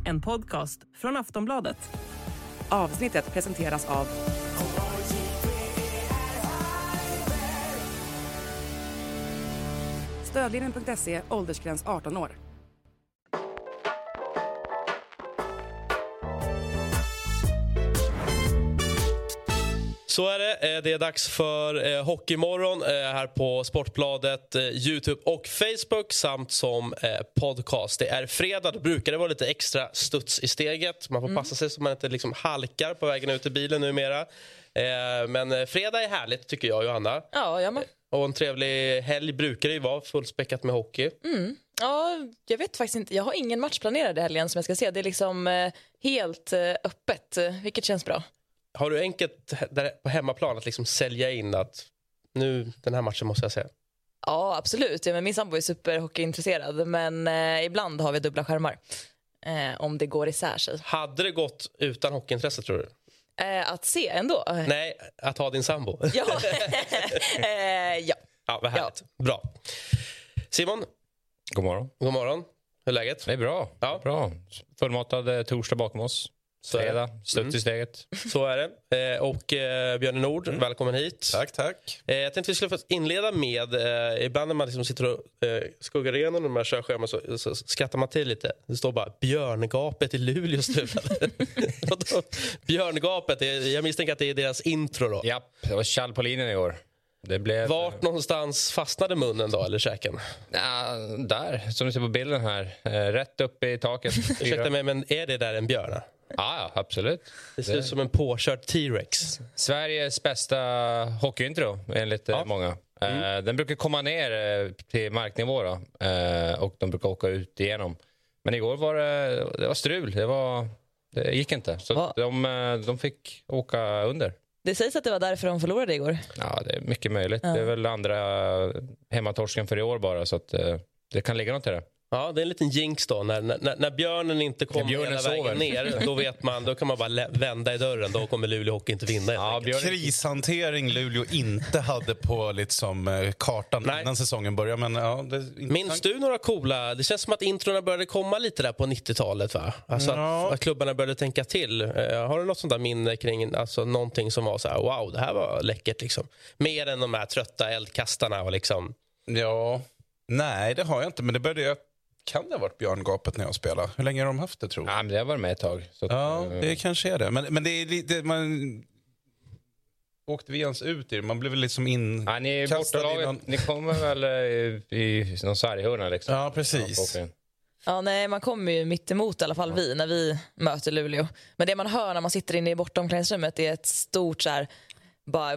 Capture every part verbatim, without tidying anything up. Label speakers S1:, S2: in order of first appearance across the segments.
S1: en podcast från Aftonbladet.
S2: Avsnittet presenteras av Stödlinjen punkt se, åldersgräns arton år.
S3: Så är det. Det är dags för eh, Hockeymorgon eh, här på Sportbladet, eh, YouTube och Facebook samt som eh, podcast. Det är fredag, då brukar det vara lite extra studs i steget. Man får passa sig så man inte liksom halkar på vägen ut i bilen numera. Eh, men fredag är härligt tycker jag, Johanna.
S4: Ja, jag med.
S3: Och en trevlig helg brukar det ju vara, fullspäckat med hockey.
S4: Mm. Ja, jag vet faktiskt inte. Jag har ingen match planerad i helgen som jag ska se. Det är liksom eh, helt eh, öppet, vilket känns bra.
S3: Har du enkelt där på hemmaplan att liksom sälja in att nu den här matchen måste jag se?
S4: Ja, absolut. Ja, men min sambo är superhockeyintresserad, men eh, ibland har vi dubbla skärmar. Eh, om det går isär sig.
S3: Hade det gått utan hockeyintresse tror du?
S4: Eh, att se ändå?
S3: Nej, att ha din sambo.
S4: Ja. eh, ja.
S3: Ja, vad härligt. Ja. Bra. Simon?
S5: God morgon.
S3: God morgon. Hur är läget?
S5: Det är bra.
S3: Ja.
S5: Bra. Fullmatad torsdag bakom oss. Fredag, stutt
S3: mm.
S5: i steget.
S3: Så är det. Eh, och eh, Björn Nord, mm. välkommen hit.
S6: Tack, tack.
S3: Eh, jag tänkte vi skulle få inleda med, eh, ibland när man liksom sitter och eh, skuggar igenom de här körscheman så, så skrattar man till lite. Det står bara björngapet i Luleå strulade. Björngapet, det, jag misstänker att det är deras intro då.
S5: Ja, det var kall på linjen i år. Det blev...
S3: Vart någonstans fastnade munnen då, eller käken?
S5: Ja, där, som du ser på bilden här. Eh, rätt upp i taket.
S3: Ursäkta mig, men är det där en björn?
S5: Ja, absolut.
S3: Det ser ut som en påkörd T-Rex.
S5: Sveriges bästa hockeyintro, enligt ja. många. Mm. Uh, den brukar komma ner till marknivå då, uh, och de brukar åka ut igenom. Men igår var det, det var strul. Det, var, det gick inte. Så de, de fick åka under.
S4: Det sägs att det var därför de förlorade igår.
S5: Ja, det är mycket möjligt. Ja. Det är väl andra hemmatorsken för i år bara. Så att, uh, det kan ligga något i det.
S3: Ja, det är en liten jinx då. När, när, när björnen inte kommer
S5: björnen
S3: hela vägen
S5: sover.
S3: ner, då vet man, då kan man bara vända i dörren. Då kommer Luleå Hockey inte vinna.
S6: Ja, krishantering Luleå inte hade på liksom, kartan Nej. innan säsongen började. Men, ja, det
S3: minns du några coola... Det känns som att introna började komma lite där på nittiotalet, va? Alltså ja. att, att klubbarna började tänka till. Uh, har du något sånt där minne kring alltså, någonting som var så här, wow, det här var läckert liksom? Mer än de här trötta eldkastarna och liksom...
S6: Ja, nej det har jag inte. Men det började jag... Kan det ha varit björngapet när jag spelade? Hur länge har de haft det, tror jag?
S5: Ja, men det har varit med ett tag. Så att,
S6: ja, det kanske är det. Men, men det är lite... Man... Åkte vi ens ut i det? Man blev väl liksom in...
S5: Ja, ni är bortalaget. Någon... Ni kommer väl i, i någon sarghörna liksom.
S6: Ja, precis.
S4: Ja, nej, man kommer ju mitt emot i alla fall vi när vi möter Luleå. Men det man hör när man sitter inne i bortomklädningsrummet är ett stort så här... bara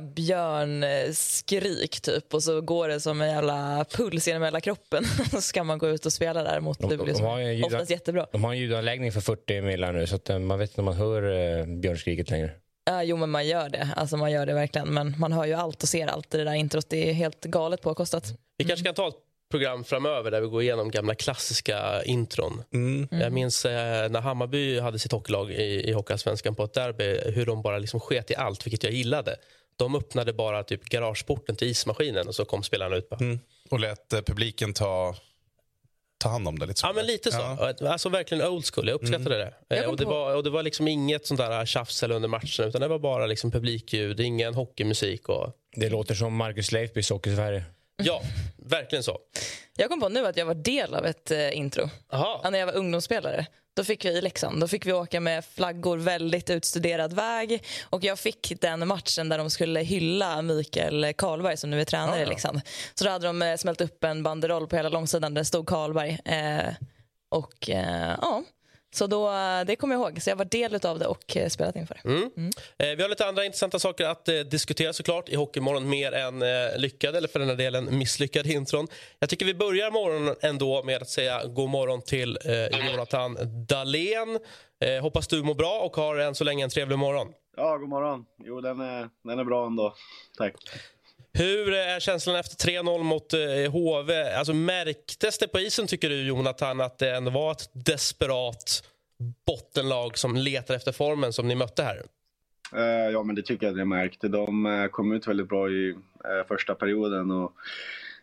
S4: björnskrik typ, och så går det som en jävla puls genom hela kroppen. Så ska man gå ut och spela där mot Luleå. De, de har ju oftast jättebra.
S5: De har en ljudanläggning för fyrtio millar nu, så att man vet inte om man hör uh, björnskriket längre.
S4: Ja, jo, men man gör det. Alltså man gör det verkligen. Men man hör ju allt och ser allt i det där introt. Det är helt galet påkostat. Mm.
S3: Vi kanske kan ta ett program framöver där vi går igenom gamla klassiska intron.
S6: Mm.
S3: Jag minns eh, när Hammarby hade sitt hockeylag i, i Hockeyallsvenskan på ett derby, hur de bara liksom sket i allt, vilket jag gillade. De öppnade bara typ garageporten till ismaskinen och så kom spelarna ut.
S6: Mm. Och lät eh, publiken ta, ta hand om det lite så.
S3: Ja, men lite så. Ja. Alltså verkligen old school. Jag uppskattade mm. det. Eh, och, det var, och det var liksom inget sånt där tjafs under matchen, utan det var bara liksom publikljud, ingen hockeymusik. Och...
S5: Det låter som Marcus Leifbys Hockey-Sverige.
S3: Ja, verkligen så.
S4: Jag kom på nu att jag var del av ett eh, intro.
S3: Aha.
S4: När jag var ungdomsspelare. Då fick vi i Leksand. Då fick vi åka med flaggor väldigt utstuderad väg. Och jag fick den matchen där de skulle hylla Mikael Karlberg som nu är tränare ja, i Leksand. Så då hade de smält upp en banderoll på hela långsidan där det stod Karlberg. Eh, och eh, ja... Så då, det kommer jag ihåg. Så jag var del av det och spelat inför.
S3: Mm. Mm. Eh, vi har lite andra intressanta saker att eh, diskutera såklart i Hockeymorgon. Mer än eh, lyckad, eller för den här delen misslyckad intron. Jag tycker vi börjar morgonen ändå med att säga god morgon till eh, Jonathan Dahlén. Eh, hoppas du mår bra och har än så länge en trevlig morgon.
S7: Ja, god morgon. Jo, den är, den är bra ändå. Tack.
S3: Hur är känslan efter tre noll mot eh, H V? Alltså, märktes det på isen, tycker du, Jonathan, att det ändå var ett desperat bottenlag som letar efter formen som ni mötte här?
S7: Uh, ja, men det tycker jag att jag märkte. De uh, kom ut väldigt bra i uh, första perioden och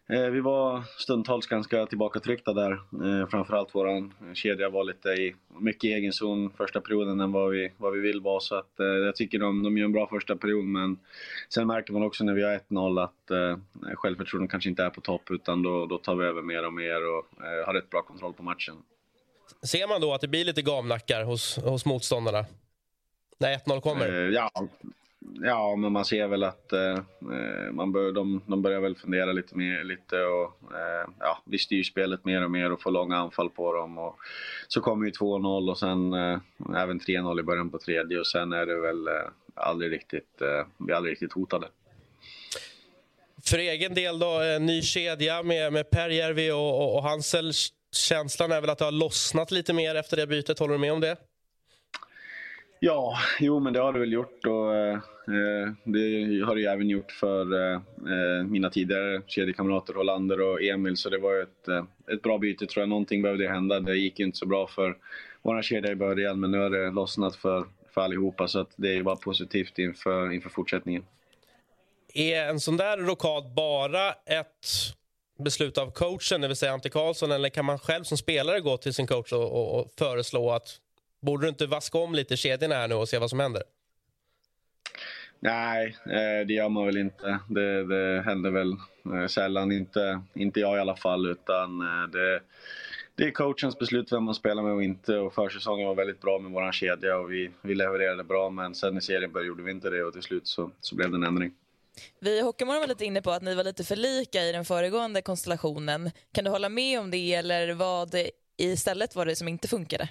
S7: Eh, vi var stundtals ganska tillbakatryckta där. Eh, framförallt våran kedja var lite i mycket egen zon första perioden än vad vi, vad vi vill vara. Så att, eh, jag tycker de, de gör en bra första period, men sen märker man också när vi har ett noll att eh, självförtroendet kanske inte är på topp, utan då, då tar vi över mer och mer och eh, har rätt bra kontroll på matchen.
S3: Ser man då att det blir lite gamnackar hos, hos motståndarna när ett noll kommer?
S7: Eh, ja, ja, men man ser väl att eh, man bör, de, de börjar väl fundera lite mer lite och eh, ja, vi styr spelet mer och mer och får långa anfall på dem. Och så kommer ju två noll och sen eh, även tre noll i början på tredje, och sen är det väl eh, aldrig riktigt, eh, vi är aldrig riktigt hotade.
S3: För egen del då, en ny kedja med, med Perjärvi och, och, och Hansel. Känslan är väl att det har lossnat lite mer efter det bytet. Håller du med om det?
S7: Ja, jo, men det har det väl gjort, och eh, det har det ju även gjort för eh, mina tidigare kedjekamrater Hollander och Emil, så det var ju ett, ett bra byte, tror jag. Någonting behövde hända. Det gick ju inte så bra för våra kedja i början, men nu har det lossnat för, för allihopa, så att det är bara positivt inför, inför fortsättningen. Är
S3: en sån där rokad bara ett beslut av coachen, det vill säga Ante Karlsson, eller kan man själv som spelare gå till sin coach och, och, och föreslå att borde du inte vaska om lite kedjorna här nu och se vad som händer?
S7: Nej, det gör man väl inte. Det, det händer väl sällan, inte, inte jag i alla fall, utan det, det är coachens beslut vem man spelar med och inte. Och försäsongen var väldigt bra med våran kedja och vi, vi levererade bra, men sen i serien började gjorde vi inte det och till slut så, så blev det en ändring.
S4: Vi i Hockeymorgon var lite inne på att ni var lite för lika i den föregående konstellationen. Kan du hålla med om det, eller vad det istället var det som inte funkade?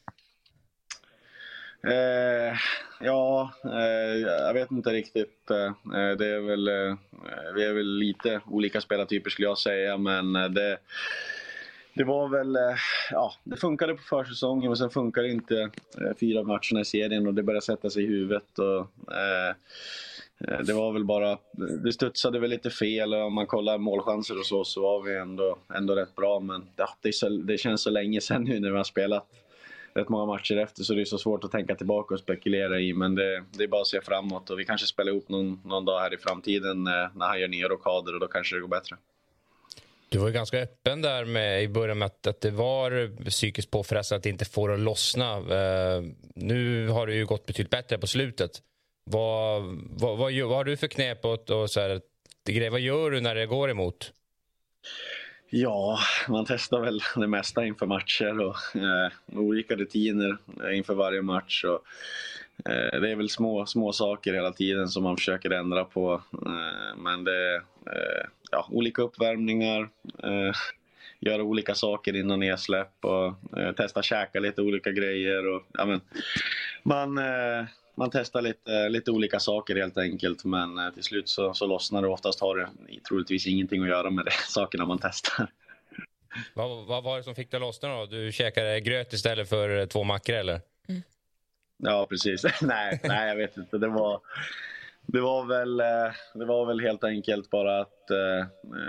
S7: Eh, ja, eh, jag vet inte riktigt. Eh, det är väl, eh, vi är väl lite olika spelartyper skulle jag säga, men det, det var väl, eh, ja, det funkade på försäsongen, och sen funkade inte eh, fyra matcherna i serien och det började sätta sig i huvudet. Och, eh, det var väl bara, det studsade väl lite fel, och om man kollar målchanser och så, så var vi ändå, ändå rätt bra, men ja, det, så, det känns så länge sedan nu när vi har spelat rätt många matcher efter, så det är så svårt att tänka tillbaka och spekulera i, men det, det är bara att se framåt, och vi kanske spelar ihop någon, någon dag här i framtiden när, när han gör nya rockader, och då kanske det går bättre.
S5: Du var ju ganska öppen där med, i början med att, att det var psykiskt påfrestande att det inte får att lossna. Uh, nu har det ju gått betydligt bättre på slutet. Vad, vad, vad, vad har du för knep och, och så här, det, vad gör du när det går emot?
S7: Ja, man testar väl det mesta inför matcher och eh, olika rutiner inför varje match. Och, eh, det är väl små, små saker hela tiden som man försöker ändra på. Eh, men det är eh, ja, olika uppvärmningar, eh, göra olika saker innan nedsläpp och eh, testa käka lite olika grejer. Och, ja, men, man... Eh, Man testar lite, lite olika saker helt enkelt, men eh, till slut så, så lossnar det. Oftast har det troligtvis ingenting att göra med det, sakerna man testar.
S5: Vad, vad var det som fick dig att lossna då? Du käkade gröt istället för två mackor, eller?
S7: Mm. Ja, precis. nej, nej, jag vet inte. Det var, det var, väl, det var väl helt enkelt bara att eh,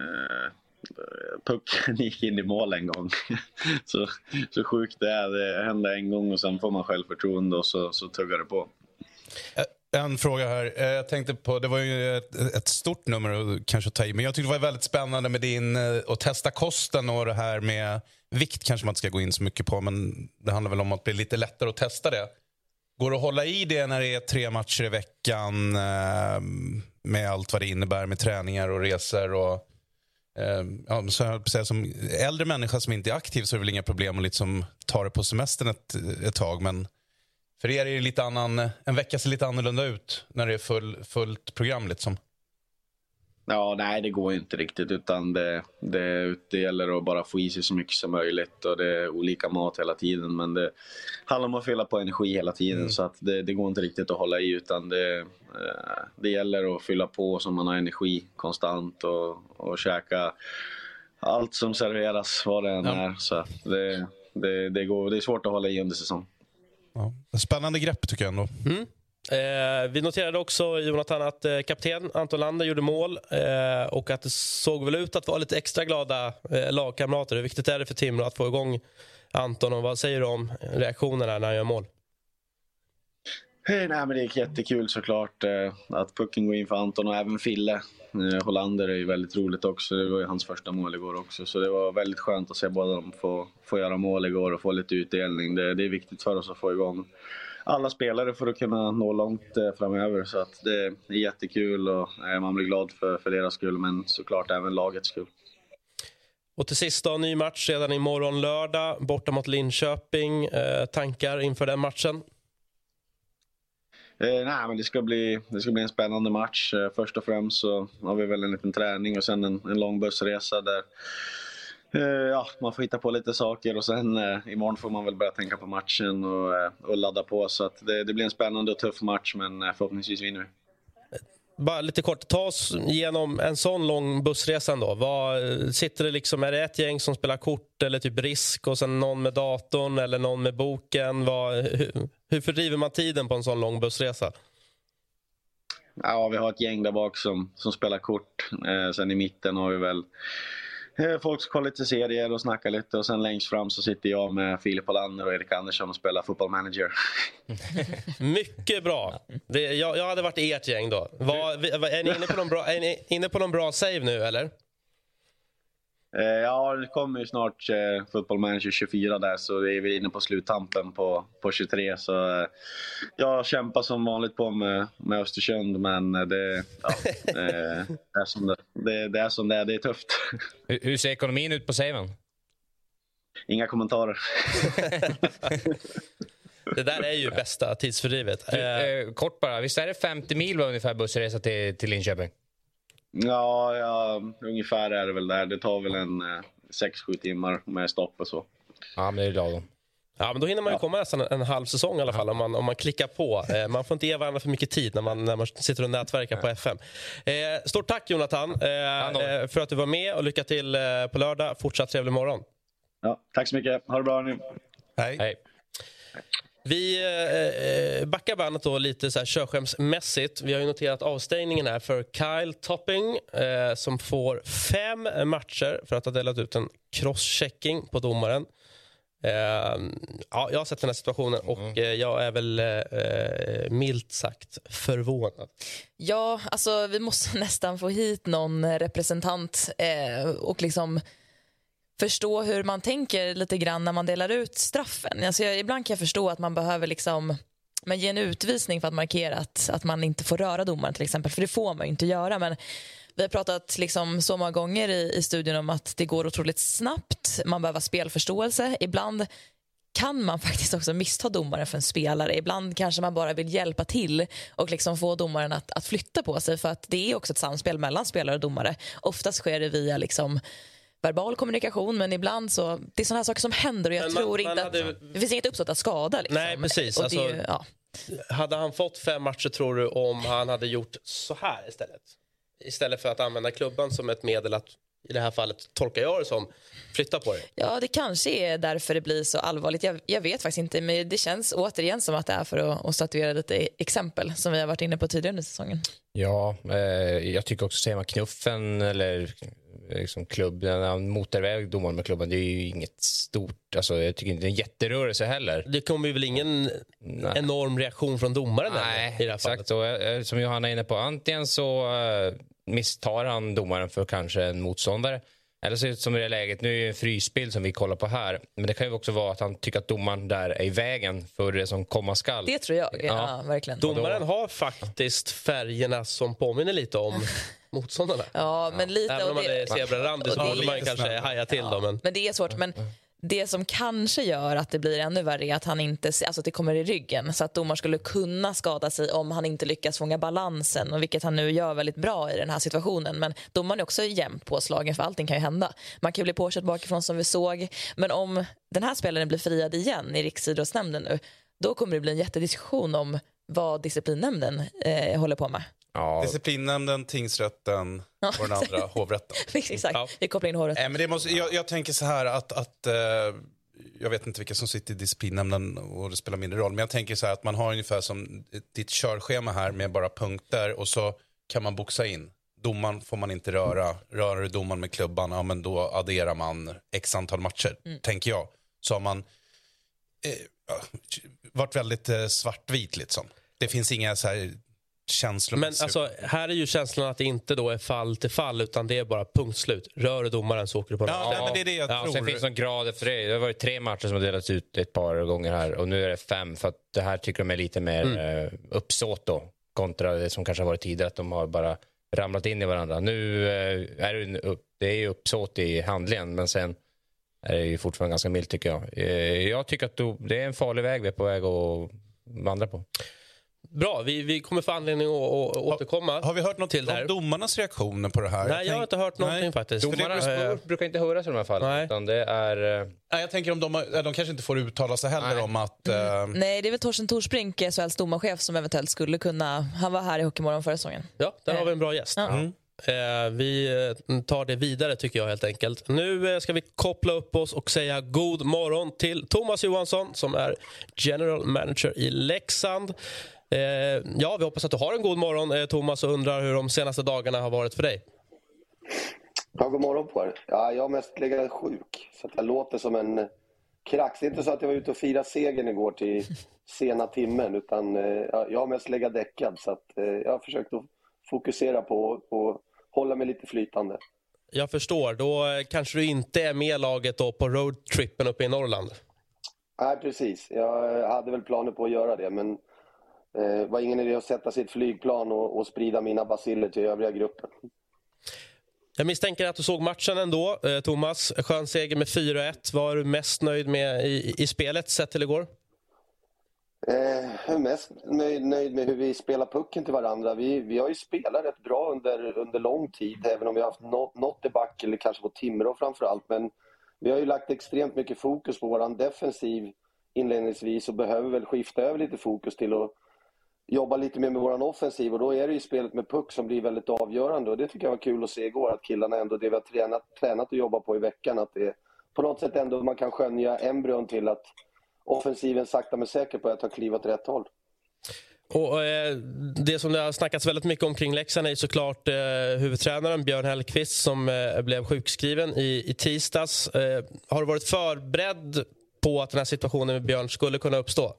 S7: pucken gick in i mål en gång. så, så sjukt det är. Det hände en gång och sen får man självförtroende och så, så tuggar det på.
S6: En fråga här. Jag tänkte på, det var ju ett, ett stort nummer att kanske ta i, men jag tyckte det var väldigt spännande med din att testa kosten och det här med vikt kanske man inte ska gå in så mycket på, men det handlar väl om att bli lite lättare att testa det. Går det att hålla i det när det är tre matcher i veckan med allt vad det innebär med träningar och resor och ja, så jag säga, som äldre människa som inte är aktiv så är det väl inga problem att liksom ta det på semestern ett, ett tag, men för er är det lite annan, en vecka ser lite annorlunda ut när det är full, fullt program liksom.
S7: Ja, nej, det går ju inte riktigt, utan det, det, det gäller att bara få i sig så mycket som möjligt, och det är olika mat hela tiden, men det handlar om att fylla på energi hela tiden. Mm. Så att det, det går inte riktigt att hålla i, utan det, det gäller att fylla på så man har energi konstant och, och käka allt som serveras, vad det än ja. är. Så att det, det, det, går, det är svårt att hålla i under säsong.
S6: Ja. Spännande grepp tycker jag ändå.
S3: Mm. Eh, vi noterade också, Jonathan, att eh, kapten Anton Lander gjorde mål eh, och att det såg väl ut att vara lite extra glada eh, lagkamrater. Hur viktigt är det för Timrå att få igång Anton, och vad säger du om reaktionerna när han gör mål?
S7: Nej, men det gick jättekul såklart eh, att pucken går in för Anton och även Fille. Eh, Hollander är ju väldigt roligt också. Det var ju hans första mål igår också. Så det var väldigt skönt att se båda dem få, få göra mål igår och få lite utdelning. Det, det är viktigt för oss att få igång alla spelare för att kunna nå långt eh, framöver. Så att det är jättekul och eh, man blir glad för, för deras skull, men såklart även lagets skull.
S3: Och till sist då, ny match redan imorgon lördag borta mot Linköping. Eh, tankar inför den matchen?
S7: Eh, nej, men det ska bli, det ska bli en spännande match. Eh, först och främst så har vi väl en liten träning och sen en, en lång bussresa där eh, ja, man får hitta på lite saker. Och sen eh, imorgon får man väl börja tänka på matchen och, eh, och ladda på. Så att det, det blir en spännande och tuff match, men eh, förhoppningsvis vinner vi.
S3: Bara lite kort, ta oss igenom en sån lång bussresa då. Vad, sitter det liksom, är det ett gäng som spelar kort eller typ risk och sen någon med datorn eller någon med boken? Vad, hur, hur fördriver man tiden på en sån lång bussresa?
S7: Ja, vi har ett gäng där bak som, som spelar kort. Eh, sen i mitten har vi väl eh, folk som kollar lite serier och snackar lite. Och sen längst fram så sitter jag med Filip Hollander och Erik Andersson och spelar Football Manager.
S3: Mycket bra. Det, jag, jag hade varit ert gäng då. Var, är, ni inne på någon bra, är ni inne på någon bra save nu, eller?
S7: Eh, ja, det kommer ju snart eh, Football Manager tjugofyra där, så är vi inne på sluttampen på, på tjugotre. Så eh, jag kämpar som vanligt på med, med Östersund, men det, ja, eh, det, är som det, det, det är som det är. Det är tufft.
S5: Hur, hur ser ekonomin ut på saven?
S7: Inga kommentarer.
S3: Det där är ju bästa tidsfördrivet.
S5: Eh, eh, kort bara, visst är det femtio mil var ungefär bussresa till, till Linköping?
S7: Ja, ja, ungefär är det väl där. Det tar väl en eh, sex sju timmar med stopp och så.
S5: Ja, men det är lagom.
S3: Ja, men då hinner man ju komma nästan en, en halv säsong i alla fall om man, om man klickar på. Eh, man får inte ge varandra för mycket tid när man, när man sitter och nätverkar på F M. Eh, stort tack Jonathan eh, eh, för att du var med och lycka till eh, på lördag. Fortsatt trevlig morgon.
S7: Ja, tack så mycket. Ha det bra nu.
S6: Hej.
S5: Hej.
S3: Vi eh, backar bandet då lite så här körskämsmässigt. Vi har ju noterat avstängningen här för Kyle Topping eh, som får fem matcher för att ha delat ut en crosschecking på domaren. Eh, ja, jag har sett den här situationen och eh, jag är väl eh, milt sagt förvånad.
S4: Ja, alltså vi måste nästan få hit någon representant eh, och liksom förstå hur man tänker lite grann när man delar ut straffen. Alltså jag, ibland kan jag förstå att man behöver liksom, men ge en utvisning för att markera att, att man inte får röra domaren till exempel, för det får man ju inte göra. Men vi har pratat liksom så många gånger i, i studion om att det går otroligt snabbt, man behöver spelförståelse. Ibland kan man faktiskt också missta domaren för en spelare. Ibland kanske man bara vill hjälpa till och liksom få domaren att, att flytta på sig, för att det är också ett samspel mellan spelare och domare. Oftast sker det via liksom verbal kommunikation, men ibland så det är såna här saker som händer och jag man, tror inte hade... att det finns inget uppsåt att skada liksom.
S3: Nej, precis.
S4: Och
S3: alltså,
S4: det, ja.
S3: Hade han fått fem matcher, tror du, om han hade gjort så här istället? Istället för att använda klubban som ett medel att, i det här fallet tolkar jag det som, flytta på det.
S4: Ja, det kanske är därför det blir så allvarligt. Jag, jag vet faktiskt inte, men det känns återigen som att det är för att, att statuera lite exempel som vi har varit inne på tidigare under säsongen.
S5: Ja, eh, jag tycker också ser man knuffen eller liksom klubb, motorväg domaren med klubban, det är ju inget stort, alltså jag tycker inte det är en jätterörelse heller.
S3: Det kommer ju väl ingen Nej. enorm reaktion från domaren.
S5: Nej,
S3: i det här
S5: exakt.
S3: fallet.
S5: Och, som Johanna är inne på, antingen så uh, misstar han domaren för kanske en motståndare, eller så som i det läget, nu är det en frysbild som vi kollar på här, men det kan ju också vara att han tycker att domaren där är i vägen för det som komma skall.
S4: Det tror jag, ja,
S5: ja.
S4: verkligen.
S3: Domaren då har faktiskt färgerna som påminner lite om motståndarna.
S4: Ja, men lite.
S3: Även om man är zebrarandig så borde man kanske haja till
S4: ja,
S3: dem. Men...
S4: men det är svårt, men det som kanske gör att det blir ännu värre är att han inte, alltså att det kommer i ryggen, så att domaren skulle kunna skada sig om han inte lyckas fånga balansen, och vilket han nu gör väldigt bra i den här situationen. Men domaren är också jämnt påslagen, för allting kan ju hända. Man kan ju bli påkört bakifrån som vi såg, men om den här spelaren blir friad igen i Riksidrottsnämnden nu, då kommer det bli en jättediskussion om vad disciplinnämnden eh, håller på med.
S6: Ja. Disciplinnämnden, tingsrätten och den andra hovrätten.
S4: Exakt, ja. Vi kopplar in hovrätten.
S6: Äh, men det måste, jag, jag tänker så här att, att eh, jag vet inte vilka som sitter i disciplinnämnden och det spelar mindre roll, men jag tänker så här att man har ungefär som ditt körschema här med bara punkter, och så kan man boxa in. Domaren får man inte röra. Rör du domaren med klubban, ja men då adderar man x antal matcher, mm. tänker jag. Så har man eh, varit väldigt eh, svartvit liksom. Det finns inga så här känslor.
S3: Men alltså, här är ju känslan att det inte då är fall till fall, utan det är bara punktslut. Rör domaren så åker du på
S6: ja,
S3: ja,
S6: men det är det jag
S5: ja,
S6: tror.
S5: Sen finns det en grad efter det. Det har varit tre matcher som har delats ut ett par gånger här. Och nu är det fem. För att det här tycker de är lite mer mm. eh, uppsåt då. Kontra det som kanske har varit tidigare. Att de har bara ramlat in i varandra. Nu eh, är det, upp, det är ju uppsåt i handlingen. Men sen är det ju fortfarande ganska milt tycker jag. Eh, jag tycker att då, det är en farlig väg vi är på väg att vandra på.
S3: Bra, vi, vi kommer få anledning att, att återkomma.
S6: Har, har vi hört något
S3: till
S6: om domarnas reaktioner på det här?
S3: Nej, jag, jag har inte hört någonting
S6: nej.
S3: faktiskt.
S5: Domarna äh, brukar inte höras i de här fallen. Utan det är... Uh...
S6: Nej, jag tänker om de, har, de kanske inte får uttala sig heller nej. om att... Uh...
S4: Mm. Nej, det är väl Torsten Torsbrink, S H L:s domarchef, som eventuellt skulle kunna... Han var här i Hockeymorgon förra säsongen.
S3: Ja, där har vi en bra gäst.
S4: Ja.
S3: Mm. Eh, vi tar det vidare tycker jag helt enkelt. Nu eh, ska vi koppla upp oss och säga god morgon till Thomas Johansson som är general manager i Leksand. Eh, ja, vi hoppas att du har en god morgon eh, Thomas, och undrar hur de senaste dagarna har varit för dig.
S8: Ja, god morgon på er. Ja, jag har mest legat sjuk så att jag låter som en krax. Det är inte så att jag var ute och firade segern igår till sena timmen, utan eh, jag har mest legat däckad så att eh, jag har försökt att fokusera på att hålla mig lite flytande.
S3: Jag förstår. Då kanske du inte är med laget då på roadtrippen uppe i Norrland.
S8: Nej, precis. Jag hade väl planer på att göra det, men det eh, var ingen idé att sätta sitt flygplan och, och sprida mina baciller till övriga gruppen.
S3: Jag misstänker att du såg matchen ändå, eh, Thomas. Skön seger med fyra ett. Var du mest nöjd med i, i spelet sett till igår?
S8: Eh, jag är mest nöjd med hur vi spelar pucken till varandra. Vi, vi har ju spelat rätt bra under, under lång tid, även om vi har haft något, något i back, eller kanske på Timrå framförallt. Men vi har ju lagt extremt mycket fokus på våran defensiv inledningsvis och behöver väl skifta över lite fokus till att jobba lite mer med våran offensiv. Och då är det ju spelet med puck som blir väldigt avgörande. Och det tycker jag var kul att se igår, att killarna ändå, det vi har tränat, tränat och jobbat på i veckan, att det på något sätt ändå man kan skönja embryon till att offensiven sakta men säkert på att ta kliv åt rätt håll.
S3: Och eh, det som det har snackats väldigt mycket om kring Leksand är såklart eh, huvudtränaren Björn Hellkvist som eh, blev sjukskriven i, i tisdags. Eh, har du varit förberedd på att den här situationen med Björn skulle kunna uppstå?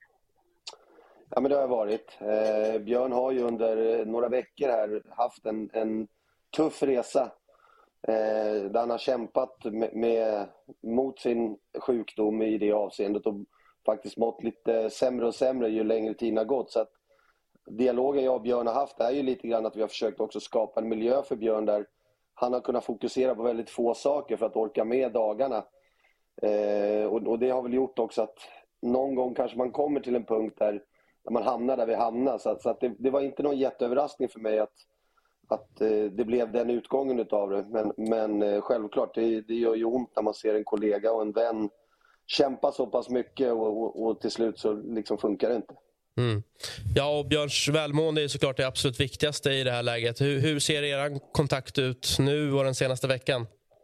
S8: Ja, men det har jag varit. Eh, Björn har ju under några veckor här haft en, en tuff resa. Eh, där han har kämpat med, med, mot sin sjukdom i det avseendet och faktiskt mått lite sämre och sämre ju längre tiden har gått. Så att dialogen jag och Björn har haft är ju lite grann att vi har försökt också skapa en miljö för Björn där han har kunnat fokusera på väldigt få saker för att orka med dagarna. Eh, och, och det har väl gjort också att någon gång kanske man kommer till en punkt där, där man hamnar där vi hamnar. Så att, så att det, det var inte någon jätteöverraskning för mig att att eh, det blev den utgången utav det. Men, men eh, självklart, det, det gör ju ont när man ser en kollega och en vän kämpa så pass mycket och, och, och till slut så liksom funkar det inte.
S3: Mm. Ja, och Björns välmående är såklart det absolut viktigaste i det här läget. Hur, hur ser er kontakt ut nu och den senaste veckan?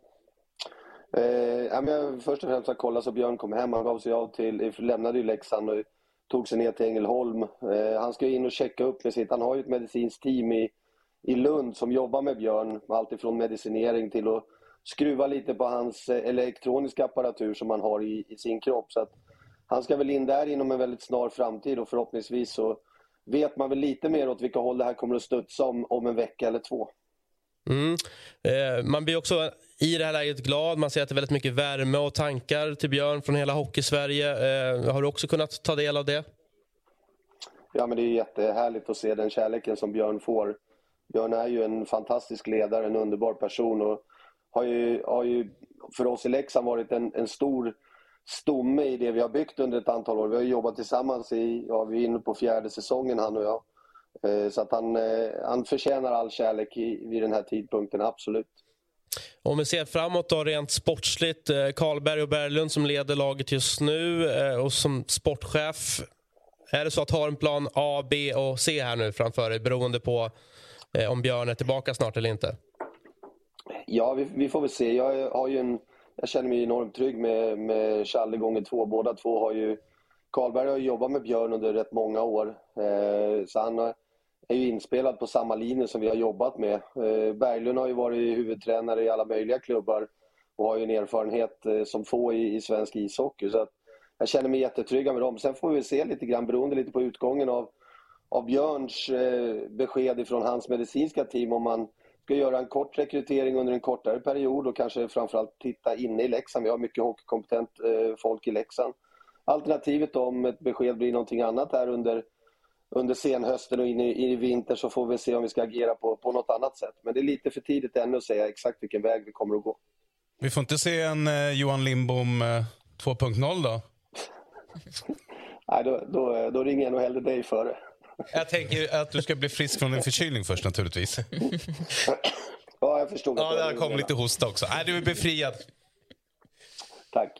S8: Eh, ja, men jag, först och främst att kolla så Björn kom hem. Han gav sig av till, lämnade ju Leksand och tog sig ner till Ängelholm. Eh, han ska in och checka upp med sitt. Han har ju ett medicinskt team i i Lund som jobbar med Björn, allt ifrån medicinering till att skruva lite på hans elektroniska apparatur som han har i, i sin kropp. Så att han ska väl in där inom en väldigt snar framtid och förhoppningsvis så vet man väl lite mer åt vilka håll det här kommer att studsa om, om en vecka eller två.
S3: Mm. Eh, man blir också i det här läget glad. Man ser att det är väldigt mycket värme och tankar till Björn från hela Hockey-Sverige. Eh, har du också kunnat ta del av det?
S8: Ja, men det är jättehärligt att se den kärleken som Björn får. Björn är ju en fantastisk ledare, en underbar person och har ju, har ju för oss i Leksand varit en, en stor stomme i det vi har byggt under ett antal år. Vi har jobbat tillsammans i, ja, vi är inne på fjärde säsongen han och jag. Eh, så att han, eh, han förtjänar all kärlek i, vid den här tidpunkten, absolut.
S3: Om vi ser framåt då rent sportsligt, eh, Karlberg och Berglund som leder laget just nu eh, och som sportchef. Är det så att ha en plan A, B och C här nu framför dig beroende på om Björn är tillbaka snart eller inte?
S8: Ja, vi, vi får väl se. Jag, har ju en, jag känner mig enormt trygg med, med Challe gånger två. Båda två har ju... Karlberg har jobbat med Björn under rätt många år. Eh, så han är ju inspelad på samma linje som vi har jobbat med. Eh, Berglund har ju varit huvudtränare i alla möjliga klubbar och har ju en erfarenhet eh, som få i, i svensk ishockey. Så att jag känner mig jättetrygga med dem. Sen får vi se lite grann, beroende lite på utgången av av Björns eh, besked ifrån hans medicinska team om man ska göra en kort rekrytering under en kortare period och kanske framförallt titta inne i Leksand. Vi har mycket hockeykompetent eh, folk i Leksand. Alternativet om ett besked blir någonting annat här under, under senhösten och in i, i vinter, så får vi se om vi ska agera på, på något annat sätt. Men det är lite för tidigt ännu att säga exakt vilken väg vi kommer att gå.
S6: Vi får inte se en eh, Johan Lindbom eh, två punkt noll då?
S8: Nej, då, då, då ringer jag nog hellre dig före.
S6: Jag tänker att du ska bli frisk från en förkylning först naturligtvis.
S8: Ja, jag förstod.
S6: Ja, där kom lite hosta också. Nej, du är befriad.
S8: Tack.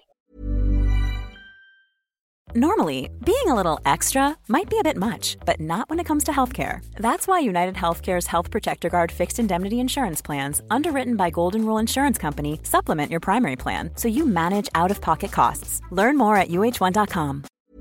S9: Normally, being a little extra might be a bit much, but not when it comes to healthcare. That's why United Healthcare's Health Protector Guard fixed indemnity insurance plans, underwritten by Golden Rule Insurance Company, supplement your primary plan so you manage out-of-pocket costs. Learn more at U H one dot com.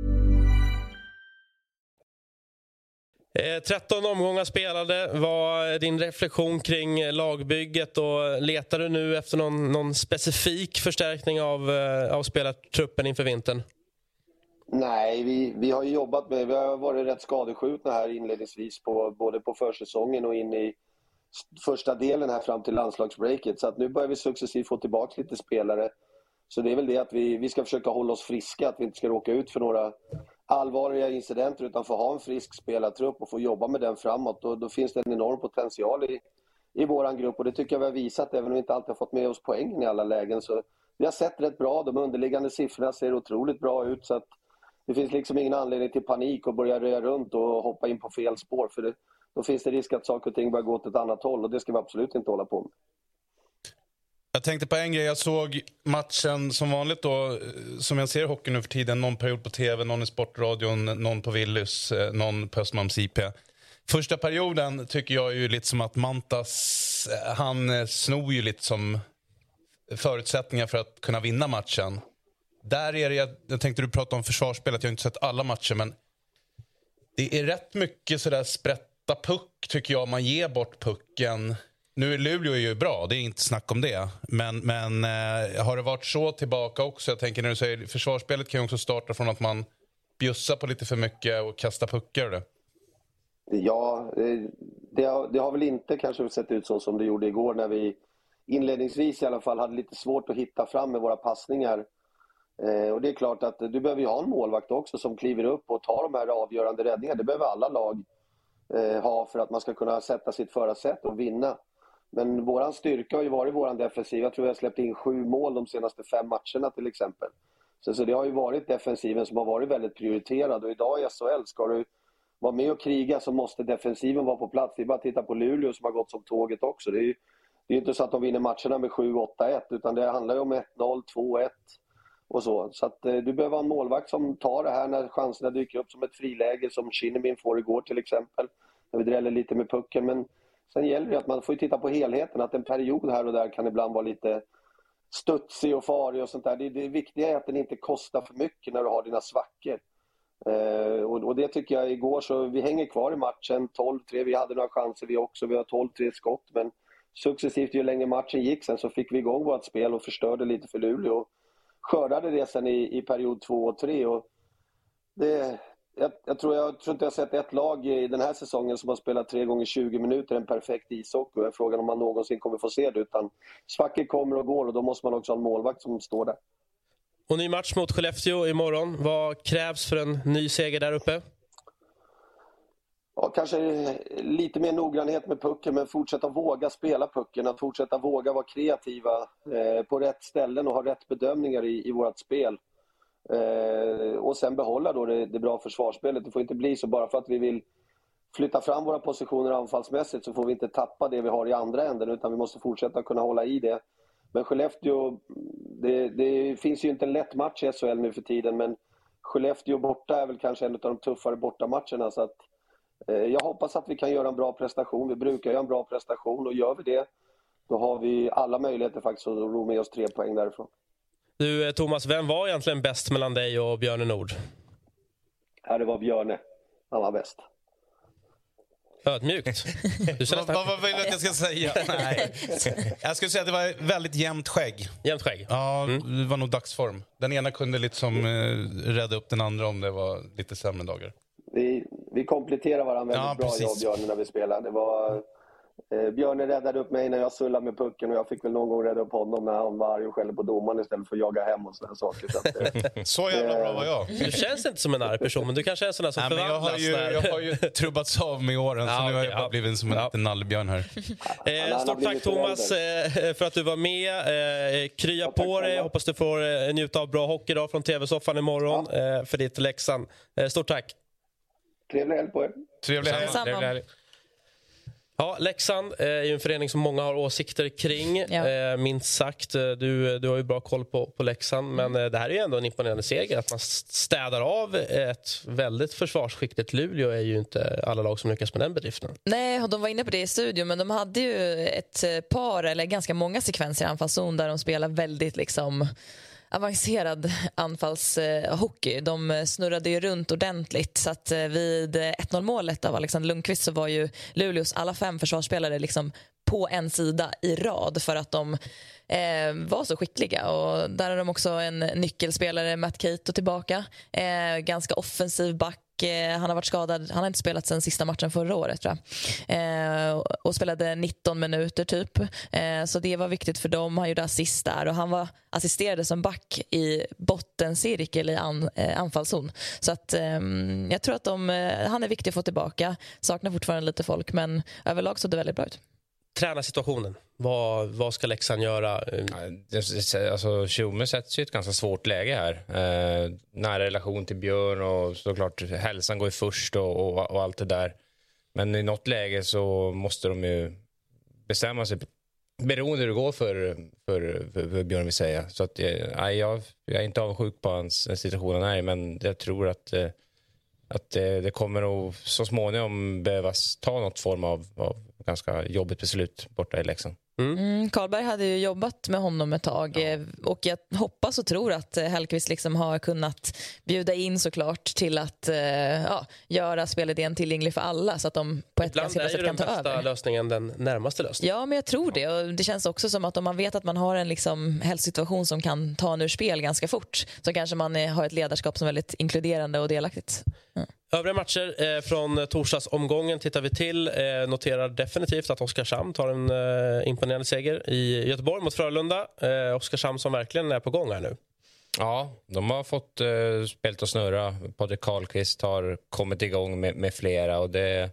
S3: Eh, tretton omgångar spelade. Vad är din reflektion kring lagbygget, och letar du nu efter någon, någon specifik förstärkning av, eh, av spelartruppen inför vintern?
S8: Nej, vi, vi har ju jobbat med, vi har varit rätt skadeskjutna här inledningsvis på, både på försäsongen och in i första delen här fram till landslagsbreaket. Så att nu börjar vi successivt få tillbaka lite spelare. Så det är väl det att vi, vi ska försöka hålla oss friska, att vi inte ska råka ut för några allvarliga incidenter utan få ha en frisk spelartrupp och få jobba med den framåt. Då, då finns det en enorm potential i, i våran grupp, och det tycker jag vi har visat även om vi inte alltid har fått med oss poängen i alla lägen. Så vi har sett rätt bra, de underliggande siffrorna ser otroligt bra ut, så att det finns liksom ingen anledning till panik och börja röra runt och hoppa in på fel spår, för det, då finns det risk att saker och ting börjar gå åt ett annat håll, och det ska vi absolut inte hålla på med.
S6: Jag tänkte på en grej. Jag såg matchen som vanligt då, som jag ser hockey nu för tiden. Någon period på tv, någon i Sportradion, någon på Willys, någon på Östmams I P. Första perioden tycker jag ju lite som att Mantas, han snor ju lite som förutsättningar för att kunna vinna matchen. Där är det, jag, jag tänkte du prata om försvarsspelet, jag har inte sett alla matcher, men det är rätt mycket sådär sprätta puck tycker jag, man ger bort pucken. Nu är Luleå ju bra, det är inte snack om det. Men, men eh, har det varit så tillbaka också? Jag tänker när du säger försvarsspelet kan ju också starta från att man bjussar på lite för mycket och kastar puckar. Det.
S8: Ja, det har, det har väl inte kanske sett ut så som det gjorde igår när vi inledningsvis i alla fall hade lite svårt att hitta fram med våra passningar. Eh, och det är klart att du behöver ju ha en målvakt också som kliver upp och tar de här avgörande räddningarna. Det behöver alla lag eh, ha för att man ska kunna sätta sitt förarsätt och vinna. Men våran styrka har ju varit våran defensiv. Jag tror jag har släppt in sju mål de senaste fem matcherna till exempel. Så, så det har ju varit defensiven som har varit väldigt prioriterad. Och idag i S H L ska du vara med och kriga så måste defensiven vara på plats. Det är bara att titta på Luleå som har gått som tåget också. Det är ju det är inte så att de vinner matcherna med sju åtta ett, utan det handlar ju om ett noll, två ett och så. Så att eh, du behöver ha en målvakt som tar det här när chanserna dyker upp, som ett friläge som Kinnemin får igår till exempel. När vi dräller lite med pucken, men sen gäller det att man får titta på helheten, att en period här och där kan ibland vara lite studsig och farig och sånt där. Det, det viktiga är att den inte kostar för mycket när du har dina svackor. Eh, och, och det tycker jag igår, så vi hänger kvar i matchen tolv tre, vi hade några chanser vi också, vi har tolv tre skott, men successivt ju längre matchen gick sen så fick vi igång vårt spel och förstörde lite för Luleå och skördade det sen i, i period två och tre. Och det... Jag, jag, tror, jag tror inte jag har sett ett lag i den här säsongen som har spelat tre gånger tjugo minuter en perfekt ishockey. Jag frågar om man någonsin kommer få se det, utan svackor kommer och går och då måste man också ha en målvakt som står där.
S3: Och ny match mot Skellefteå imorgon. Vad krävs för en ny seger där uppe?
S8: Ja, kanske lite mer noggrannhet med pucken, men fortsätta våga spela pucken, att fortsätta våga vara kreativa eh, på rätt ställen och ha rätt bedömningar i, i vårt spel. Eh, och sen behålla då det, det bra försvarsspelet. Det får inte bli så bara för att vi vill flytta fram våra positioner anfallsmässigt, så får vi inte tappa det vi har i andra änden, utan vi måste fortsätta kunna hålla i det. Men Skellefteå, det, det finns ju inte en lätt match i S H L nu för tiden, men Skellefteå borta är väl kanske en av de tuffare bortamatcherna, så att eh, jag hoppas att vi kan göra en bra prestation. Vi brukar göra en bra prestation, och gör vi det, då har vi alla möjligheter faktiskt att ro med oss tre poäng därifrån.
S3: Du Thomas, vem var egentligen bäst mellan dig och Björne Nord?
S8: Ja, det var Björne. Han var bäst.
S3: Ödmjukt. Du
S6: vad, vad, vad vill du att jag ska säga? Nej. Jag skulle säga att det var väldigt jämnt skägg.
S3: Jämnt skägg?
S6: Ja,
S3: mm.
S6: Det var nog dagsform. Den ena kunde liksom eh, rädda upp den andra om det var lite sämre dagar.
S8: Vi, vi, vi kompletterar varandra väldigt
S6: Ja,
S8: bra,
S6: precis.
S8: jag och Björn, när vi spelade. Det var... Eh, Björn räddade upp mig när jag sullade med pucken och jag fick väl någon gång rädda upp honom när han var arg och skällde på domaren istället för att jaga hem och sådana saker. Så, att, eh,
S6: Så jävla bra var jag.
S3: Du känns inte som en arg person, men du kanske är en sån där som
S6: Nej, men jag, har
S3: förvandlas.
S6: ju,
S3: när...
S6: jag har ju trubbats av med åren,
S3: Ja,
S6: så nu har
S3: okej,
S6: jag bara
S3: ja.
S6: blivit som en
S3: Ja.
S6: liten nallbjörn här.
S3: Eh,
S8: han har
S3: stort tack
S8: blivit
S3: Thomas eh, för att du var med. Eh, krya
S8: Ja, tack
S3: på dig.
S8: själva.
S3: Hoppas du får eh, njuta av bra hockey då från tv-soffan imorgon eh, för ditt Leksand. Eh, stort tack.
S8: trevlig helg på er.
S6: Trevlig helg.
S4: Detsamma.
S5: Trevlig helg.
S3: Ja, Leksand eh, är ju en förening som många har åsikter kring,
S4: Ja.
S3: eh, minst sagt. Eh, Du, du har ju bra koll på, på Leksand, men eh, det här är ju ändå en imponerande seger. Att man städar av ett väldigt försvarsskickligt Luleå är ju inte alla lag som lyckas med den bedriften.
S4: Nej, och de var inne på det i studion, men de hade ju ett par eller ganska många sekvenser i anfallszon där de spelar väldigt liksom avancerad anfallshockey. De snurrade ju runt ordentligt, så att vid ett noll målet av Alexander Lundqvist så var ju Luleås alla fem försvarsspelare liksom på en sida i rad för att de eh, var så skickliga. Och där är de också en nyckelspelare, Matt Cato, tillbaka. Eh, ganska offensiv back. Han har varit skadad, han har inte spelat sen sista matchen förra året, tror jag. Eh, och spelade nitton minuter typ. Eh, så det var viktigt för dem. Han gjorde assist där och han var assisterade som back i bottencirkel i an, eh, anfallszon. Så att eh, jag tror att de, eh, han är viktig att få tillbaka. Saknar fortfarande lite folk, men överlag så det väldigt bra ut.
S3: Tränarsituationen. Vad, vad ska Leksand göra?
S5: Alltså, Tjomme sätts ju ett ganska svårt läge här. Eh, nära relation till Björn och såklart hälsan går ju först och, och, och allt det där. Men i något läge så måste de ju bestämma sig beroende hur det går för, för, för, för Björn, vill säga. Så att, nej, jag, jag är inte avundsjuk på hans situation här, men jag tror att, att det, det kommer att så småningom behövas ta något form av, av ganska jobbigt beslut borta i Leksand.
S3: Mm.
S4: Mm, Karlberg hade ju jobbat med honom ett tag, ja. Och jag hoppas och tror att Hellqvist liksom har kunnat bjuda in såklart till att ja, göra spelidén tillgänglig för alla så att de på ett
S3: Ibland
S4: ganska sätt kan ta över.
S3: Ibland är ju den bästa lösningen den närmaste lösningen.
S4: Ja, men jag tror det. Och det känns också som att om man vet att man har en liksom hälsosituation som kan ta en ur spel ganska fort, så kanske man har ett ledarskap som är väldigt inkluderande och delaktigt. Mm.
S3: Övriga matcher eh, från torsdagsomgången tittar vi till. Eh, noterar definitivt att Oskarshamn tar en eh, imponerande seger i Göteborg mot Frölunda. Eh, Oskarshamn som verkligen är på gång här nu.
S5: Ja, de har fått eh, spelet att snurra. Patrik Karlqvist har kommit igång med, med flera och det,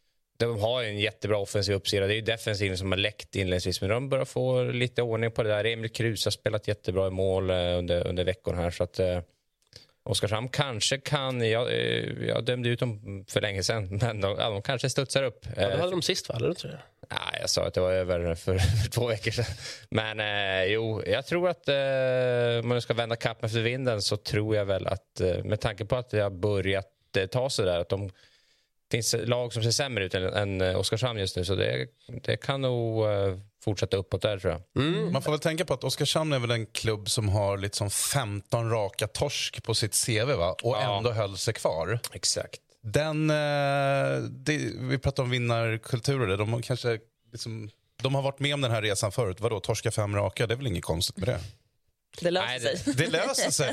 S5: de har en jättebra offensiv uppsida. Det är ju defensiven som har läckt inledningsvis, men de börjar få lite ordning på det där. Emil Kruse har spelat jättebra i mål eh, under, under veckan här, så att eh, Oskarshamn kanske kan, jag, jag dömde ut dem för länge sedan, men de, ja, de kanske studsar upp.
S3: Ja, det hade de sist, va? Eller tror jag.
S5: Nej, jag sa att det var över för, för två veckor sedan. Men eh, jo, jag tror att eh, om man ska vända kapp efter vinden, så tror jag väl att eh, med tanke på att det har börjat eh, ta sig där, att de finns lag som ser sämre ut än, än Oskarshamn just nu, så det, det kan nog eh, fortsätta uppåt där, tror jag.
S6: Mm. Man får väl tänka på att Oskarshamn är väl en klubb som har liksom femton raka torsk på sitt C V, va? Och
S5: Ja.
S6: ändå höll sig kvar.
S5: Exakt.
S6: Den, eh, det, vi pratar om vinnarkulturer. De har kanske liksom, de har varit med om den här resan förut. Vadå, torska fem raka? Det är väl inget konstigt med det.
S4: Det löser
S5: Nej, det-
S4: sig.
S6: Det löser sig.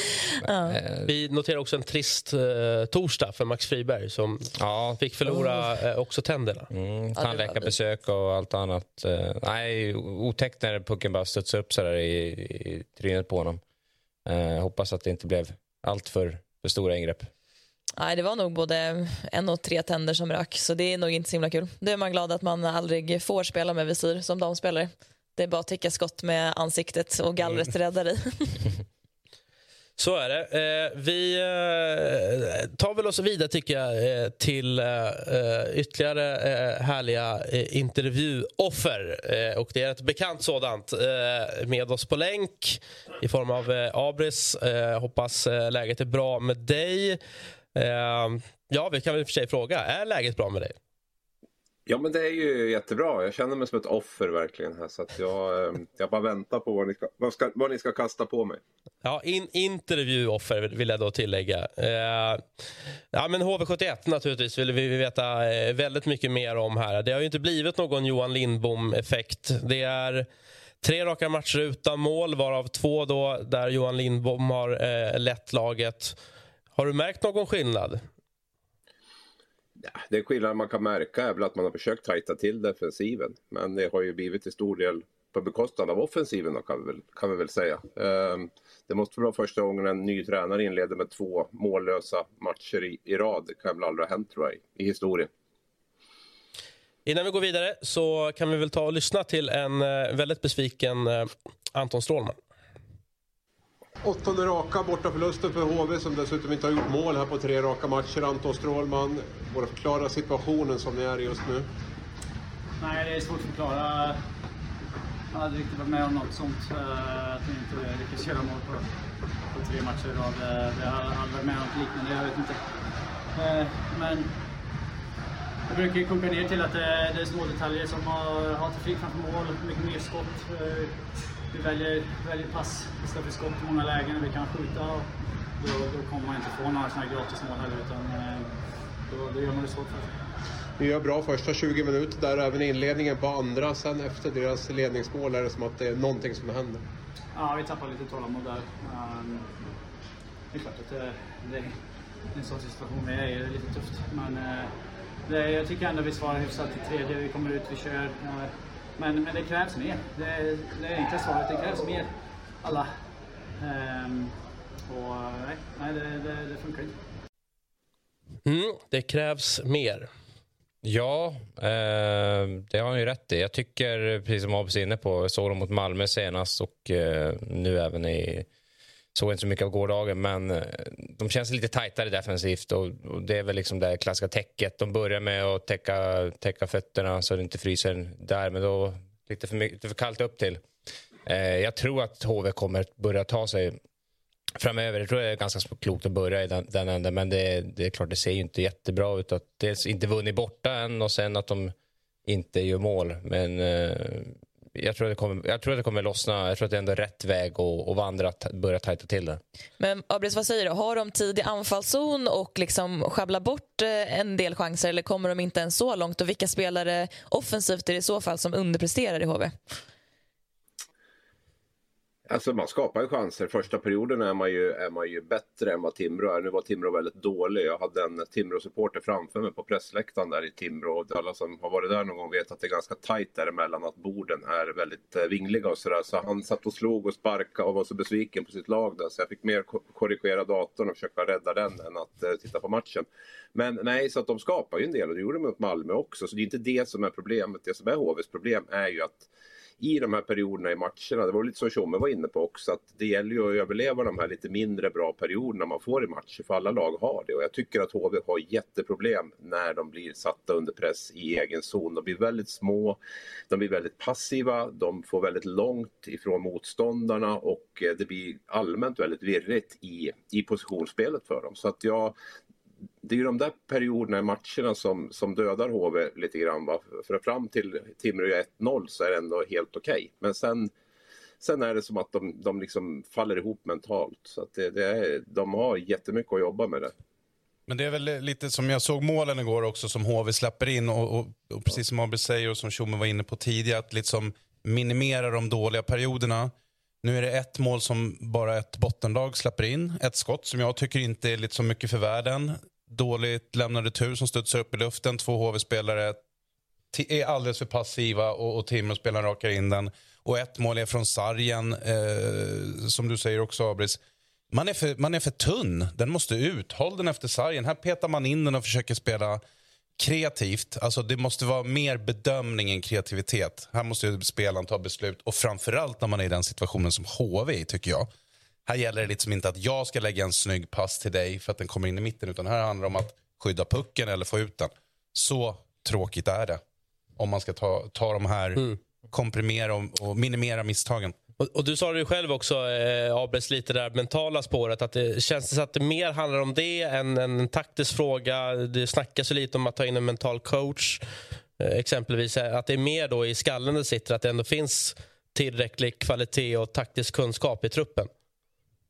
S3: Vi noterar också en trist eh, torsdag för Max Friberg som
S5: Ja,
S3: fick förlora eh, också tänderna.
S5: Mm, tandläkarbesök och allt annat. Eh, nej, otäckt när pucken bara studsade upp så där i, i trynet på honom. Eh, hoppas att det inte blev allt för, för stora ingrepp.
S4: Nej, det var nog både en och tre tänder som rök, så det är nog inte så himla kul. Det är man glad att man aldrig får spela med visir som de spelare. Det är bara att täcka skott med ansiktet och gallret räddar i.
S3: Så är det. Eh, vi eh, tar väl oss vidare, tycker jag, eh, till eh, ytterligare eh, härliga eh, intervjuoffer. Eh, och det är ett bekant sådant eh, med oss på länk i form av eh, Abris. Eh, hoppas eh, läget är bra med dig. Eh, ja, vi kan väl för sig fråga, är läget bra med dig?
S10: Ja, men det är ju jättebra. Jag känner mig som ett offer verkligen här. Så att jag, eh, jag bara väntar på vad ni ska, vad ska, vad ni ska kasta på mig.
S3: Ja, in, intervjuoffer vill jag då tillägga. Eh, ja, men H V sjuttioett naturligtvis vill vi veta eh, väldigt mycket mer om här. Det har ju inte blivit någon Johan Lindbom-effekt. Det är tre raka matcher utan mål, varav två då där Johan Lindbom har eh, lett laget. Har du märkt någon skillnad?
S10: Ja, det är skillnaden man kan märka är väl att man har försökt tajta till defensiven. Men det har ju blivit till stor del på bekostnad av offensiven då, kan vi väl, kan vi väl säga. Um, det måste vara första gången en ny tränare inleder med två mållösa matcher i, i rad. Det kan väl aldrig ha hänt, tror jag, i historien.
S3: Innan vi går vidare så kan vi väl ta och lyssna till en väldigt besviken Anton Strålman.
S11: Åttonde raka borta förlusten för H V som dessutom inte har gjort mål här på tre raka matcher. Anton Strålman, bara förklara situationen som ni är just nu.
S12: Nej, det är svårt att förklara. Jag hade riktigt varit med om något sånt. Att vi inte lyckas göra mål på, på tre matcher i rad. Det har aldrig varit med om något liknande, jag vet inte. Men det brukar ju koka ner till att det är små detaljer som har, har trafik framför mål, mycket mer skott. Vi väljer, väljer pass istället för skott i många lägen. Vi kan skjuta och då, då kommer man inte få några sådana här gratis mål heller, utan då, då gör man det svårt för sig.
S11: Ni gör bra första tjugo minuter där, även inledningen på andra. Sen efter deras ledningsmål är det som att det är någonting som händer.
S12: Ja, vi tappar lite tålamod där. Um, det är klart att det, det är en sån situation vi är i, det är lite tufft. Men uh, det, jag tycker ändå vi svarar hyfsat till tredje. Vi kommer ut, vi kör. Uh, men, men det krävs mer. Det, det är inte svaret, det krävs mer. Alla. Um, och nej, nej det, det, det funkar inte.
S3: Mm, det krävs mer.
S5: Ja, eh, det har han ju rätt i. Jag tycker, precis som Abis inne på, jag såg dem mot Malmö senast och eh, nu även i, såg inte så mycket av gårdagen, men eh, de känns lite tajtare defensivt och, och det är väl liksom det klassiska täcket. De börjar med att täcka, täcka fötterna så det inte fryser där, men då lite för, mycket, lite för kallt upp till. Eh, jag tror att H V kommer börja ta sig framöver. Jag tror det är ganska klokt att börja i den, den änden, men det, det är klart, det ser ju inte jättebra ut att dels inte vunnit borta än och sen att de inte gör mål. Men eh, jag, tror att det kommer, jag tror att det kommer lossna. Jag tror att det är ändå rätt väg att, att vandra, att börja tajta till det.
S4: Men Abris, vad säger du? Har de tid i anfallszon och liksom sjabbla bort en del chanser, eller kommer de inte ens så långt? Och vilka spelare offensivt är det i så fall som underpresterar i H V?
S10: Alltså man skapar ju chanser. Första perioden är man ju, är man ju bättre än vad Timrå är. Nu var Timrå väldigt dålig. Jag hade en Timrå-supporter framför mig på pressläktaren där i Timrå. Och alla som har varit där någon gång vet att det är ganska tajt däremellan. Att borden är väldigt vingliga och sådär. Så han satt och slog och sparkade och var så besviken på sitt lag där. Så jag fick mer korrigera datorn och försöka rädda den än att uh, titta på matchen. Men nej, så att de skapar ju en del. Och det gjorde de mot Malmö också. Så det är inte det som är problemet. Det som är H V:s problem är ju att i de här perioderna i matcherna, det var lite som Tjomme var inne på också, att det gäller ju att överleva de här lite mindre bra perioderna man får i matcher, för alla lag har det. Och jag tycker att H V har jätteproblem när de blir satta under press i egen zon. De blir väldigt små, de blir väldigt passiva, de får väldigt långt ifrån motståndarna och det blir allmänt väldigt virrigt i, i positionsspelet för dem. Så att jag... Det är ju de där perioderna i matcherna som, som dödar H V lite grann. Va? För fram till Timrå ett noll så är det ändå helt okej. Okay. Men sen, sen är det som att de, de liksom faller ihop mentalt. Så att det, det är, de har jättemycket att jobba med det.
S6: Men det är väl lite som jag såg målen igår också som H V släpper in. Och, och, och precis som Abel säger och som Tjomme var inne på tidigare, att liksom minimera de dåliga perioderna. Nu är det ett mål som bara ett bottenlag släpper in. Ett skott som jag tycker inte är lite så mycket för världen. Dåligt lämnade tur som studsar upp i luften. Två H V-spelare t- är alldeles för passiva och, och Timrå-spelaren rakar in den. Och ett mål är från sargen, eh, som du säger också, Abris. Man är, för, man är för tunn. Den måste ut. Håll den efter sargen. Här petar man in den och försöker spela kreativt. Alltså det måste vara mer bedömning än kreativitet. Här måste ju spelaren ta beslut. Och framförallt när man är i den situationen som H V, tycker jag. Här gäller det liksom inte att jag ska lägga en snygg pass till dig för att den kommer in i mitten. Utan här handlar det om att skydda pucken eller få ut den. Så tråkigt är det. Om man ska ta, ta de här, mm. komprimera och, och minimera misstagen.
S3: Och, och du sa det ju själv också, eh, Abels, lite där mentala spåret. Att det känns att det mer handlar om det än en taktisk fråga. Det snackas ju lite om att ta in en mental coach. Eh, exempelvis att det är mer då i skallen det sitter. Att det ändå finns tillräcklig kvalitet och taktisk kunskap i truppen.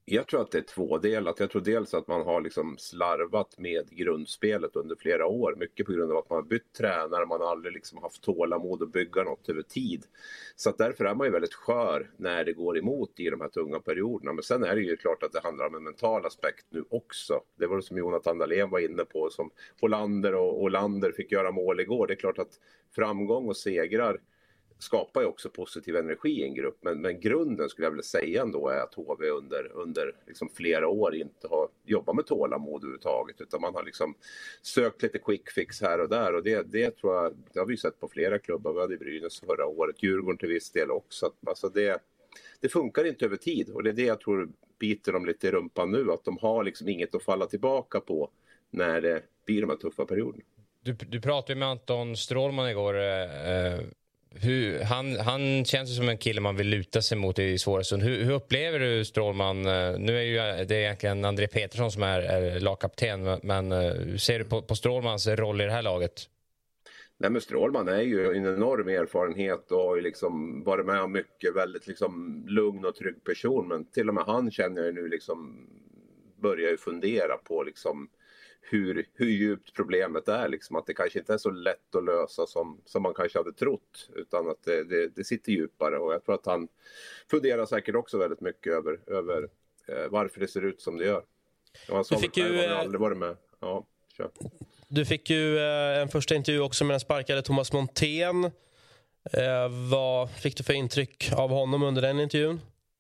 S10: Jag tror att det är tvådelat. Jag tror dels att man har liksom slarvat med grundspelet under flera år. Mycket på grund av att man har bytt tränare. Man har aldrig liksom haft tålamod att bygga något över tid. Så att därför är man ju väldigt skör när det går emot i de här tunga perioderna. Men sen är det ju klart att det handlar om en mental aspekt nu också. Det var det som Jonathan Dahlén var inne på. Som Olander och Olander fick göra mål igår. Det är klart att framgång och segrar skapar ju också positiv energi i en grupp. Men, men grunden skulle jag vilja säga ändå är att H V under, under liksom flera år inte har jobbat med tålamod överhuvudtaget. Utan man har liksom sökt lite quick fix här och där. Och det, det tror jag, det har vi sett på flera klubbar. Vi hade i Brynäs förra året, Djurgården till viss del också. Alltså det, det funkar inte över tid. Och det är det jag tror biter dem lite i rumpan nu. Att de har liksom inget att falla tillbaka på när det blir de här tuffa perioderna.
S5: Du, du pratade med Anton Strålman igår. Eh, hur, han, han känns som en kille man vill luta sig mot i svåra stund. Hur, hur upplever du Strålman? Nu är ju det är egentligen André Petersson som är, är lagkapten. Men hur ser du på, på Strålmans roll i det här laget?
S10: Nej, men Strålman är ju en enorm erfarenhet och har ju liksom varit med om mycket, väldigt liksom lugn och trygg person. Men till och med han känner jag nu liksom börjar ju fundera på liksom hur, hur djupt problemet är. Liksom. Att det kanske inte är så lätt att lösa som, som man kanske hade trott. Utan att det, det, det sitter djupare. Och jag tror att han funderar säkert också väldigt mycket över, över eh, varför det ser ut som det gör. Och han sa
S3: fick
S10: själv,
S3: ju,
S10: han har aldrig varit med. Ja, kör.
S3: Du fick ju eh, en första intervju också med den sparkade Thomas Montén. Eh, vad fick du för intryck av honom under den intervjun?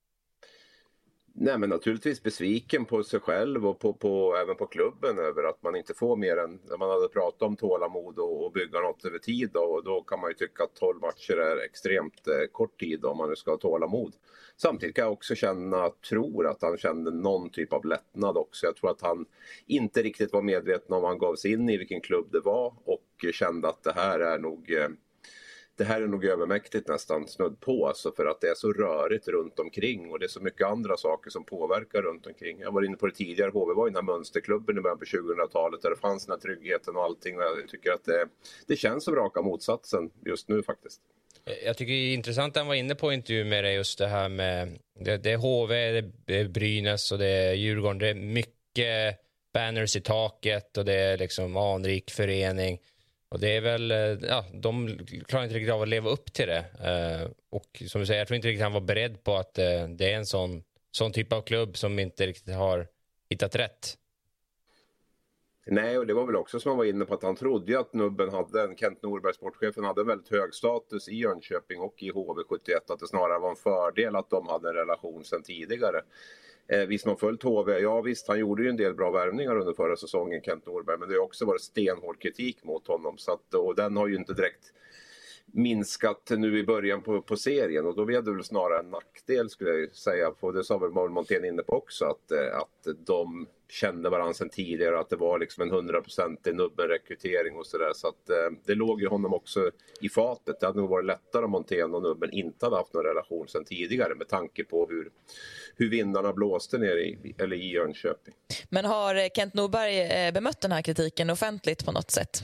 S10: Nej, men naturligtvis besviken på sig själv och på, på, även på klubben över att man inte får mer än, när man hade pratat om tålamod och, och bygga något över tid då, och då kan man ju tycka att tolv matcher är extremt eh, kort tid då, om man nu ska ha tålamod. Samtidigt kan jag också känna, tror att han kände någon typ av lättnad också. Jag tror att han inte riktigt var medveten om han gav sig in i vilken klubb det var och kände att det här är nog... Eh, Det här är nog övermäktigt nästan snudd på, alltså, för att det är så rörigt runt omkring och det är så mycket andra saker som påverkar runt omkring. Jag var inne på det tidigare, H V var i den här mönsterklubben i början på tjugohundratalet där det fanns den här tryggheten och allting. Och jag tycker att det, det känns som raka motsatsen just nu faktiskt.
S5: Jag tycker det är intressant att han var inne på intervju med det, just det här med det, det är H V, det är Brynäs och det är Djurgården. Det är mycket banners i taket och det är liksom anrik förening. Och det är väl, ja, de klarar inte riktigt av att leva upp till det. Eh, och som du säger, jag tror inte riktigt han var beredd på att eh, det är en sån, sån typ av klubb som inte riktigt har hittat rätt.
S10: Nej, och det var väl också som han var inne på att han trodde att nubben hade, en Kent Norberg, sportchefen, hade en väldigt hög status i Jönköping och i H V sjuttioett. Att det snarare var en fördel att de hade en relation sedan tidigare. Eh, visst man följt H V, ja visst han gjorde ju en del bra värvningar under förra säsongen, Kent Norberg, men det har också varit stenhård kritik mot honom så att, och den har ju inte direkt minskat nu i början på, på serien och då blev det väl snarare en nackdel skulle jag säga, för det sa väl Montén inne på också att, att de kände varandra sedan tidigare, att det var liksom en hundra procent i nubben-rekrytering och sådär, så att det låg ju honom också i fatet. Det hade nog varit lättare om Montén och nubben inte hade haft någon relation sedan tidigare med tanke på hur, hur vindarna blåste ner i, eller i Jönköping.
S4: Men har Kent Norberg bemött den här kritiken offentligt på något sätt?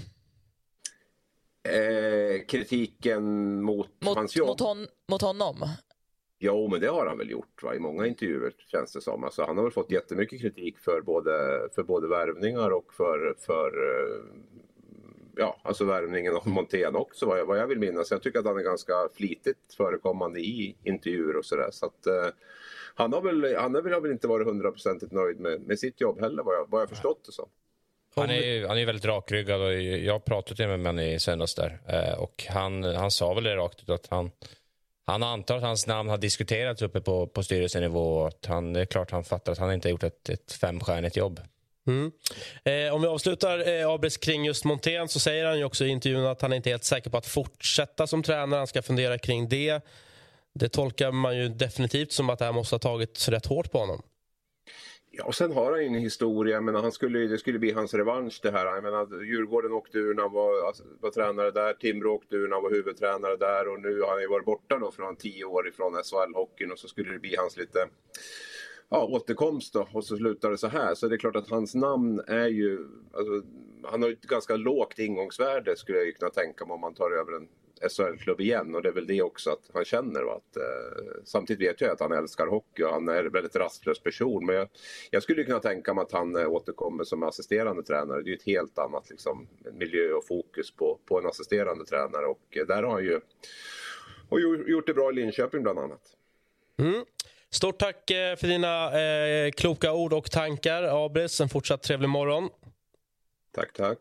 S10: Eh, kritiken mot,
S4: mot
S10: hans jobb.
S4: Mot, hon, mot honom?
S10: Jo, men det har han väl gjort va? I många intervjuer känns det som. Alltså, han har väl fått jättemycket kritik för både, för både värvningar och för, för ja, alltså värvningen av Montén också vad jag, vad jag vill minnas. Jag tycker att han är ganska flitigt förekommande i intervjuer och sådär. Så att eh, han har väl, han har väl, har väl inte varit hundraprocentigt nöjd med, med sitt jobb heller vad jag, vad jag förstått det som.
S5: Han är ju han är väldigt rakryggad och jag har pratat med honom i söndags där. Och han, han sa väl det rakt ut att han, han antar att hans namn har diskuterats uppe på, på styrelsenivå och att han, det är klart han fattar att han inte har gjort ett, ett femstjärnigt jobb.
S3: Mm. Eh, om vi avslutar eh, Abris kring just Montén så säger han ju också i intervjun att han inte är helt säker på att fortsätta som tränare. Han ska fundera kring det. Det tolkar man ju definitivt som att det här måste ha tagit rätt hårt på honom.
S10: Ja, och sen har han ju en historia, men han skulle, det skulle bli hans revansch det här. Jag menar, Djurgården åkte ur när han var, alltså, var tränare där, Timrå åkte ur när han var huvudtränare där och nu har han ju varit borta då från tio år ifrån S H L-hockeyn och så skulle det bli hans lite ja, återkomst då och så slutar det så här. Så det är klart att hans namn är ju, alltså, han har ju ett ganska lågt ingångsvärde skulle jag ju kunna tänka mig om man tar över en S H L-klubb igen, och det är väl det också att han känner. Va? Att, eh, samtidigt vet jag att han älskar hockey och han är en väldigt rastlös person, men jag, jag skulle kunna tänka mig att han eh, återkommer som assisterande tränare. Det är ju ett helt annat liksom, miljö och fokus på, på en assisterande tränare, och eh, där har han ju och gjort det bra i Linköping bland annat.
S3: Mm. Stort tack för dina eh, kloka ord och tankar, Abris. En fortsatt trevlig morgon.
S10: Tack, tack.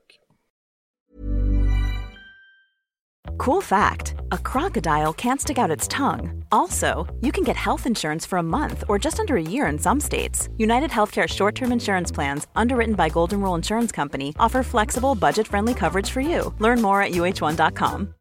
S9: Cool fact, a crocodile can't stick out its tongue. Also, you can get health insurance for a month or just under a year in some states. United Healthcare short-term insurance plans, underwritten by Golden Rule Insurance Company, offer flexible, budget-friendly coverage for you. Learn more at U H one dot com.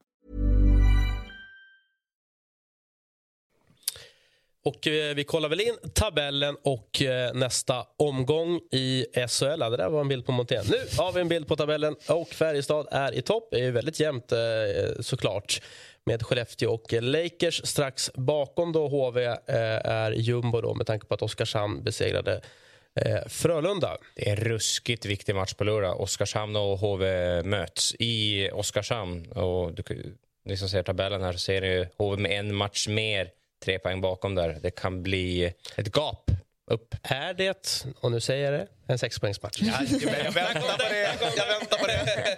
S3: Och eh, vi kollar väl in tabellen och eh, nästa omgång i S H L. Det där var en bild på Montén. Nu har vi en bild på tabellen och Färjestad är i topp. Det är ju väldigt jämnt eh, såklart, med Skellefteå och Lakers strax bakom. Då H V eh, är jumbo då, med tanke på att Oskarshamn besegrade eh, Frölunda.
S5: Det är en ruskigt viktig match på lördag. Oskarshamn och H V möts i Oskarshamn. Och du, ni som ser tabellen här så ser ni H V med en match mer, tre poäng bakom där. Det kan bli ett gap upp.
S3: Är det, och nu säger jag det, en sexpoängsmatch?
S6: Ja, jag väntar på det. Jag väntar på det.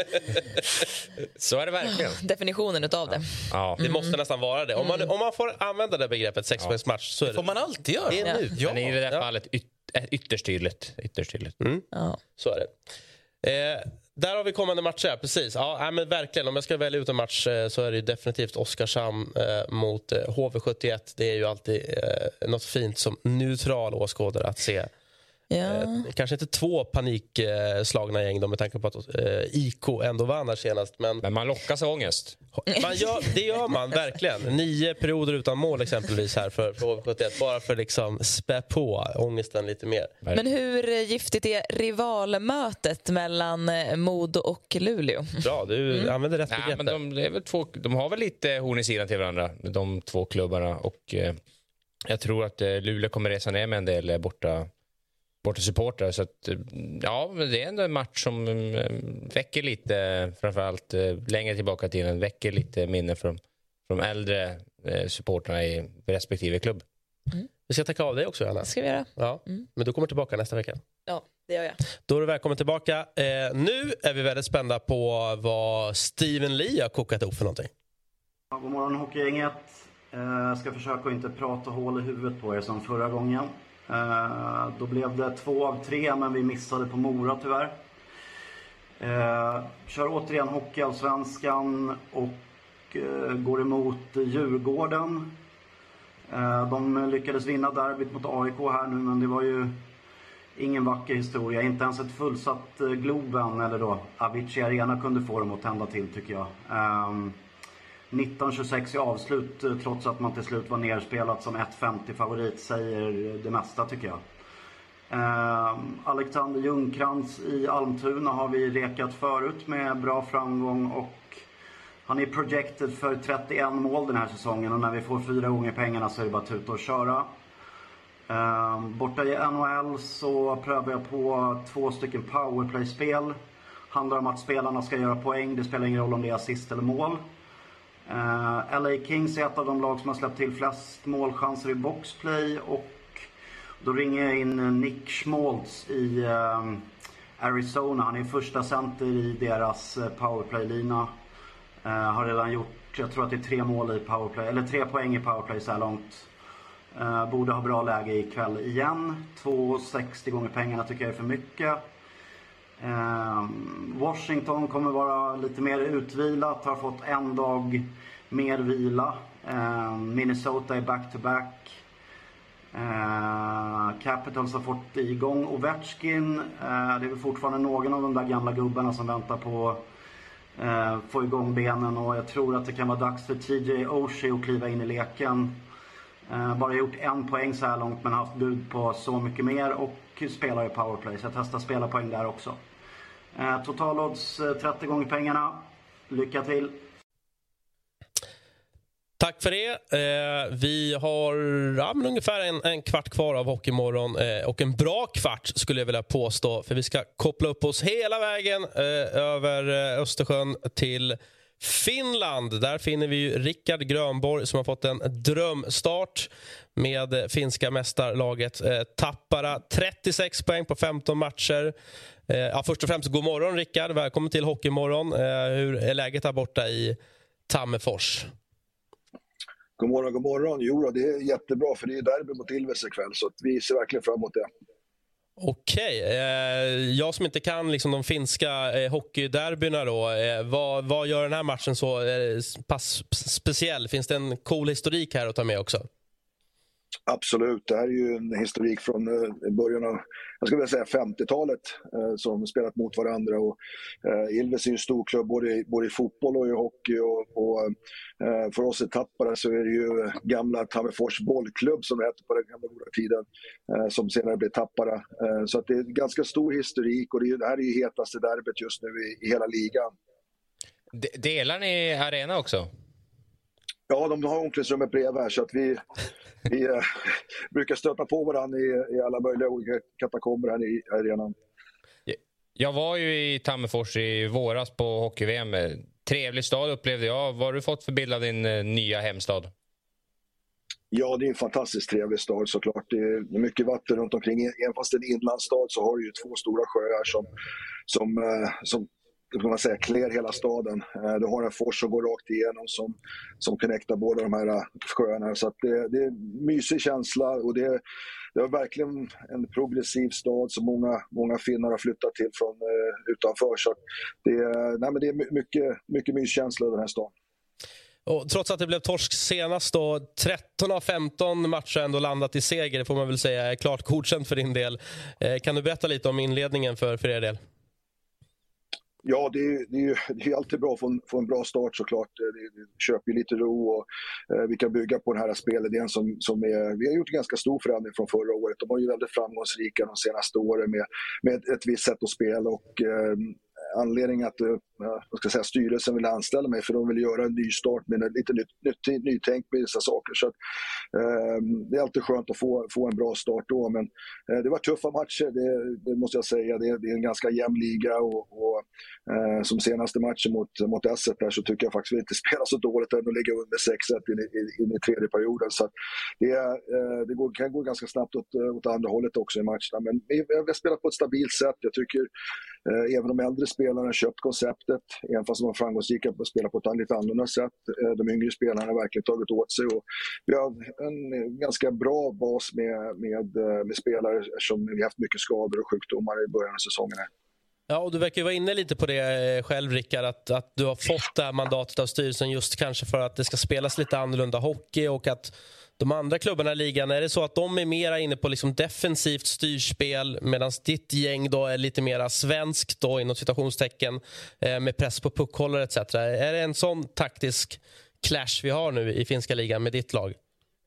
S5: Så är det verkligen.
S4: Definitionen utav det.
S5: Ja.
S3: Det måste nästan vara det. Om man, om man får använda det begreppet sexpoängsmatch, så är det.
S6: Får man alltid göra.
S3: Det är nu.
S5: Ja. Men i det där
S3: Ja.
S5: fallet yt, ytterst tydligt. Ytterst tydligt.
S3: Mm.
S4: Ja.
S3: Så är det. Eh, där har vi kommande matcher, precis. Ja, nej, men verkligen, om jag ska välja ut en match eh, så är det ju definitivt Oskarshamn eh, mot eh, H V sjuttioett. Det är ju alltid eh, något fint som neutral åskådare att se.
S4: Ja.
S3: Eh, kanske inte två panikslagna gäng då, med tanke på att eh, I K ändå vann här senast. Men,
S5: Men man lockas av ångest.
S3: man gör, det gör man verkligen. Nio perioder utan mål exempelvis här för, för H V sjuttioett. Bara för liksom spä på ångesten lite mer.
S4: Men hur giftigt är rivalmötet mellan Modo och Luleå?
S3: Bra, du mm. använder rätt begrepp.
S5: Nej, men de, det är väl två, de har väl lite horn i sidan till varandra, de två klubbarna. Och eh, jag tror att eh, Luleå kommer resa ner med en del borta borta supportrar, så att ja, det är ändå en match som um, väcker lite, framförallt uh, längre tillbaka i tiden, väcker lite minne från från äldre uh, supportrarna i respektive klubb.
S3: Mm. Vi ska tacka av dig också, Anna.
S4: Det ska vi göra.
S3: Ja. Mm. Men du kommer tillbaka nästa vecka.
S4: Ja, det gör jag.
S3: Då är du välkommen tillbaka. Eh, nu är vi väldigt spända på vad Steven Lee har kokat ihop för någonting.
S13: Ja, god morgon, hockeygänget. Jag uh, ska försöka inte prata hål i huvudet på er som förra gången. Uh, då blev det två av tre, men vi missade på Mora tyvärr. Uh, kör återigen Hockeyallsvenskan och uh, går emot Djurgården. Uh, de lyckades vinna derbyt mot A I K här nu, men det var ju ingen vacker historia. Inte ens ett fullsatt uh, Globen eller då Avicii Arena kunde få dem att tända till, tycker jag. Uh, nitton tjugosex i avslut, trots att man till slut var nerspelat som ett femtio favorit, säger det mesta, tycker jag. Eh, Alexander Ljungkrantz i Almtuna har vi rekat förut med bra framgång, och han är projected för trettioett mål den här säsongen, och när vi får fyra gånger pengarna så är det bara tuta och köra. Eh, borta i N H L så prövar jag på två stycken powerplay-spel. Handlar om att spelarna ska göra poäng, det spelar ingen roll om det är assist eller mål. Uh, L A Kings är ett av de lag som har släppt till flest målchanser i boxplay, och då ringer jag in Nick Schmaltz i uh, Arizona. Han är första center i deras uh, powerplay-lina. Uh, har redan gjort, jag tror att det är tre mål i powerplay, eller tre poäng i powerplay så här långt. Uh, borde ha bra läge ikväll igen. två sextio gånger pengarna tycker jag är för mycket. Uh, Washington kommer vara lite mer utvilat, har fått en dag mer vila. uh, Minnesota är back-to-back. uh, Capitals har fått igång Ovechkin. uh, Det är väl fortfarande någon av de där gamla gubbarna som väntar på uh, få igång benen, och jag tror att det kan vara dags för T J Oshie att kliva in i leken. uh, Bara gjort en poäng så här långt, men haft bud på så mycket mer, och spelar i powerplay, så jag testar spela poäng där också. eh, Totalodds eh, trettio gånger pengarna. Lycka till.
S3: Tack för det. Eh, vi har ja, men ungefär en, en kvart kvar av Hockeymorgon, eh, och en bra kvart skulle jag vilja påstå, för vi ska koppla upp oss hela vägen eh, över eh, Östersjön till Finland. Där finner vi ju Rickard Grönborg som har fått en drömstart med finska mästarlaget eh, Tappara. trettiosex poäng på femton matcher. Eh, ja, först och främst god morgon Rickard, välkommen till Hockeymorgon. Eh, hur är läget där borta i Tammerfors?
S14: God morgon, god morgon. Jo, det är jättebra för det är derby mot Ilves ikväll så att vi ser verkligen fram emot det.
S3: Okej, eh, jag som inte kan liksom de finska eh, hockeyderbyna då, eh, vad, vad gör den här matchen så eh, pass speciell? Finns det en cool historik här att ta med också?
S14: Absolut, det här är ju en historik från eh, början av, jag skulle vilja säga femtiotalet eh, som spelat mot varandra och eh, Ilves är ju en stor klubb både, både i fotboll och i hockey och, och eh, för oss i Tappara så är det ju gamla Tammerfors bollklubb som det hette på den gamla goda tiden eh, som senare blev Tappara. Eh, så att det är en ganska stor historik och det, är, det här är ju hetaste derbyt just nu i, i hela ligan.
S5: De, delar ni arena också?
S14: Ja, de har omklädningsrummet bredvid här så att vi, vi äh, brukar stöta på varandra i, i alla möjliga olika katakomber här i arenan.
S5: Jag var ju i Tammerfors i våras på hockey-V M. Trevlig stad upplevde jag. Vad har du fått för bild av din eh, nya hemstad?
S14: Ja, det är en fantastiskt trevlig stad såklart. Det är mycket vatten runt omkring. Även fast det är en inlandsstad så har du ju två stora sjöar som, som, äh, som kan man säga, klär hela staden. Du har en fors som går rakt igenom som, som connectar båda de här sjöarna. Så att det, det är en mysig känsla och det, det är verkligen en progressiv stad som många, många finnar har flyttat till från eh, utanför. Så att det, nej, men det är mycket, mycket myskänsla i den här staden.
S3: Och trots att det blev torsk senast då, tretton av femton matcher ändå landat i seger, det får man väl säga är klart godkänt för din del. Eh, kan du berätta lite om inledningen för, för er del?
S14: Ja, det är, det, är, det är alltid bra att få en, få en bra start såklart. Det, det köper ju lite ro och eh, vi kan bygga på den här spelidén som, som är, vi har gjort en ganska stor förändring från förra året. De var ju väldigt framgångsrika de senaste åren med, med ett, ett visst sätt att spela och eh, anledning att uh, jag ska säga, styrelsen ville anställa mig för de ville göra en ny start med en lite nytt, nytt, nytänk med vissa saker. Så att, uh, det är alltid skönt att få, få en bra start då. Men uh, det var tuffa matcher, det, det måste jag säga. Det, det är en ganska jämn liga och, och uh, som senaste matchen mot, mot S ett där så tycker jag faktiskt att vi inte spelar så dåligt än att ligga under sex ett in, in, in i tredje perioden. Så att det, uh, det går, kan gå ganska snabbt åt, åt andra hållet också i matcherna. Men vi, vi har spelat på ett stabilt sätt. Jag tycker uh, även de äldre spelarna har köpt konceptet, även fast de var framgångsrika på att spela på ett lite annorlunda sätt. De yngre spelarna har verkligen tagit åt sig och vi har en ganska bra bas med, med, med spelare som vi har haft mycket skador och sjukdomar i början av säsongen.
S3: Ja, och du verkar ju vara inne lite på det själv, Rickard, att, att du har fått det här mandatet av styrelsen just kanske för att det ska spelas lite annorlunda hockey och att de andra klubbarna i ligan, är det så att de är mera inne på liksom defensivt styrspel medan ditt gäng då är lite mera svenskt då inom citationstecken eh, med press på puckhållare et cetera. Är det en sån taktisk clash vi har nu i finska ligan med ditt lag?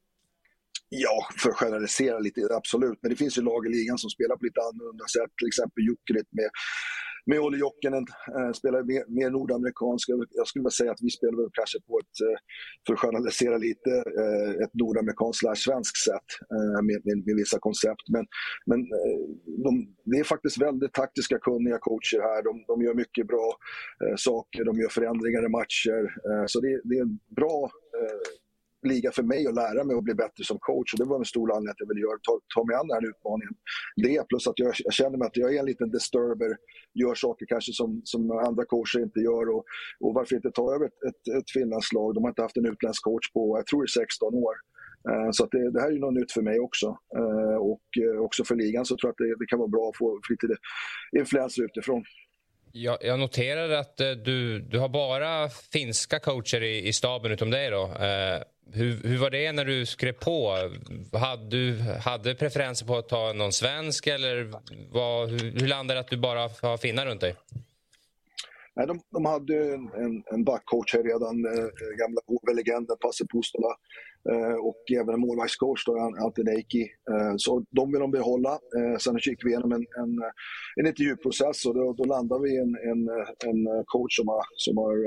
S14: Ja, för att generalisera lite, absolut. Men det finns ju lag i ligan som spelar på lite annorlunda sätt. Till exempel Jukkerit med Med Olli Jokinen äh, spelar mer, mer nordamerikanska. Jag skulle väl säga att vi spelar väl kanske på ett, äh, för att generalisera lite, äh, ett nordamerikanskt eller svenskt sätt äh, med, med, med vissa koncept. Men, men äh, de, det är faktiskt väldigt taktiska, kunniga coacher här. De, de gör mycket bra äh, saker, de gör förändringar i matcher. Äh, så det, det är en bra äh, liga för mig att lära mig att bli bättre som coach och det var en stor anledning att jag ville göra, ta, ta mig an den här utmaningen. Det plus att jag, jag känner mig att jag är en liten disturber, gör saker kanske som, som andra coacher inte gör och, och varför inte ta över ett, ett, ett finlandslag? De har inte haft en utländsk coach på, jag tror det är sexton år. Uh, så att det, det här är ju något nytt för mig också. Uh, och uh, också för ligan så tror jag att det, det kan vara bra att få lite influenser utifrån.
S5: Jag, jag noterade att eh, du, du har bara finska coacher i, i staben utom dig då. Eh, hur, hur var det när du skrev på? Hade du hade preferenser på att ta någon svensk eller vad, hur, hur landade det att du bara har finnar runt dig?
S14: Nej, de, de hade en, en, en backcoach här redan, eh, gamla H V-legenden Passe Pustola eh, och även en målvaktscoach då, Antti Neikki. Eh, så de vill de behålla. Eh, sen gick vi igenom en, en, en intervjuprocess och då, då landade vi en, en, en coach som har, som har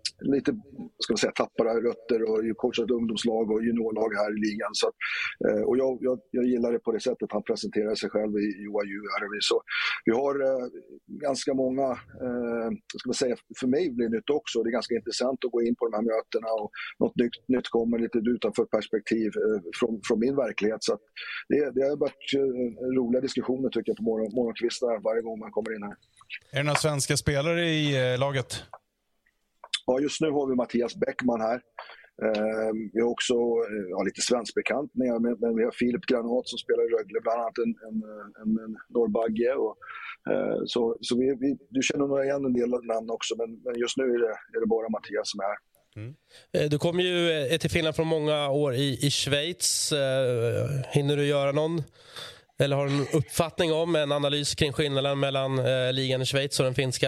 S14: lite, ska man säga, tappade rötter och coachat ungdomslag och juniorlag här i ligan. Så att, eh, och jag, jag, jag gillar det på det sättet han presenterar sig själv i, i O A U. Så vi har eh, ganska många, eh, ska man säga, för mig blir det nytt också. Det är ganska intressant att gå in på de här mötena och något nytt, nytt kommer lite utanför perspektiv eh, från, från min verklighet. Så att det, det har varit eh, roliga diskussioner tycker jag på morgon, morgonkvistar varje gång man kommer in här.
S6: Är det några svenska spelare i eh, laget?
S14: Ja, just nu har vi Mattias Bäckman här. Eh, vi har också ja, lite svenskbekantningar, men, men vi har Filip Granat som spelar i Rögle, bland annat en, en, en, en norrbagge. Och, eh, så så vi, vi, du känner nog igen en del av namn också, men, men just nu är det, är det bara Mattias som är här.
S3: Mm. Du kommer ju till skillnad från många år i, i Schweiz. Eh, hinner du göra någon, eller har du en uppfattning om en analys kring skillnaden mellan eh, ligan i Schweiz och den finska?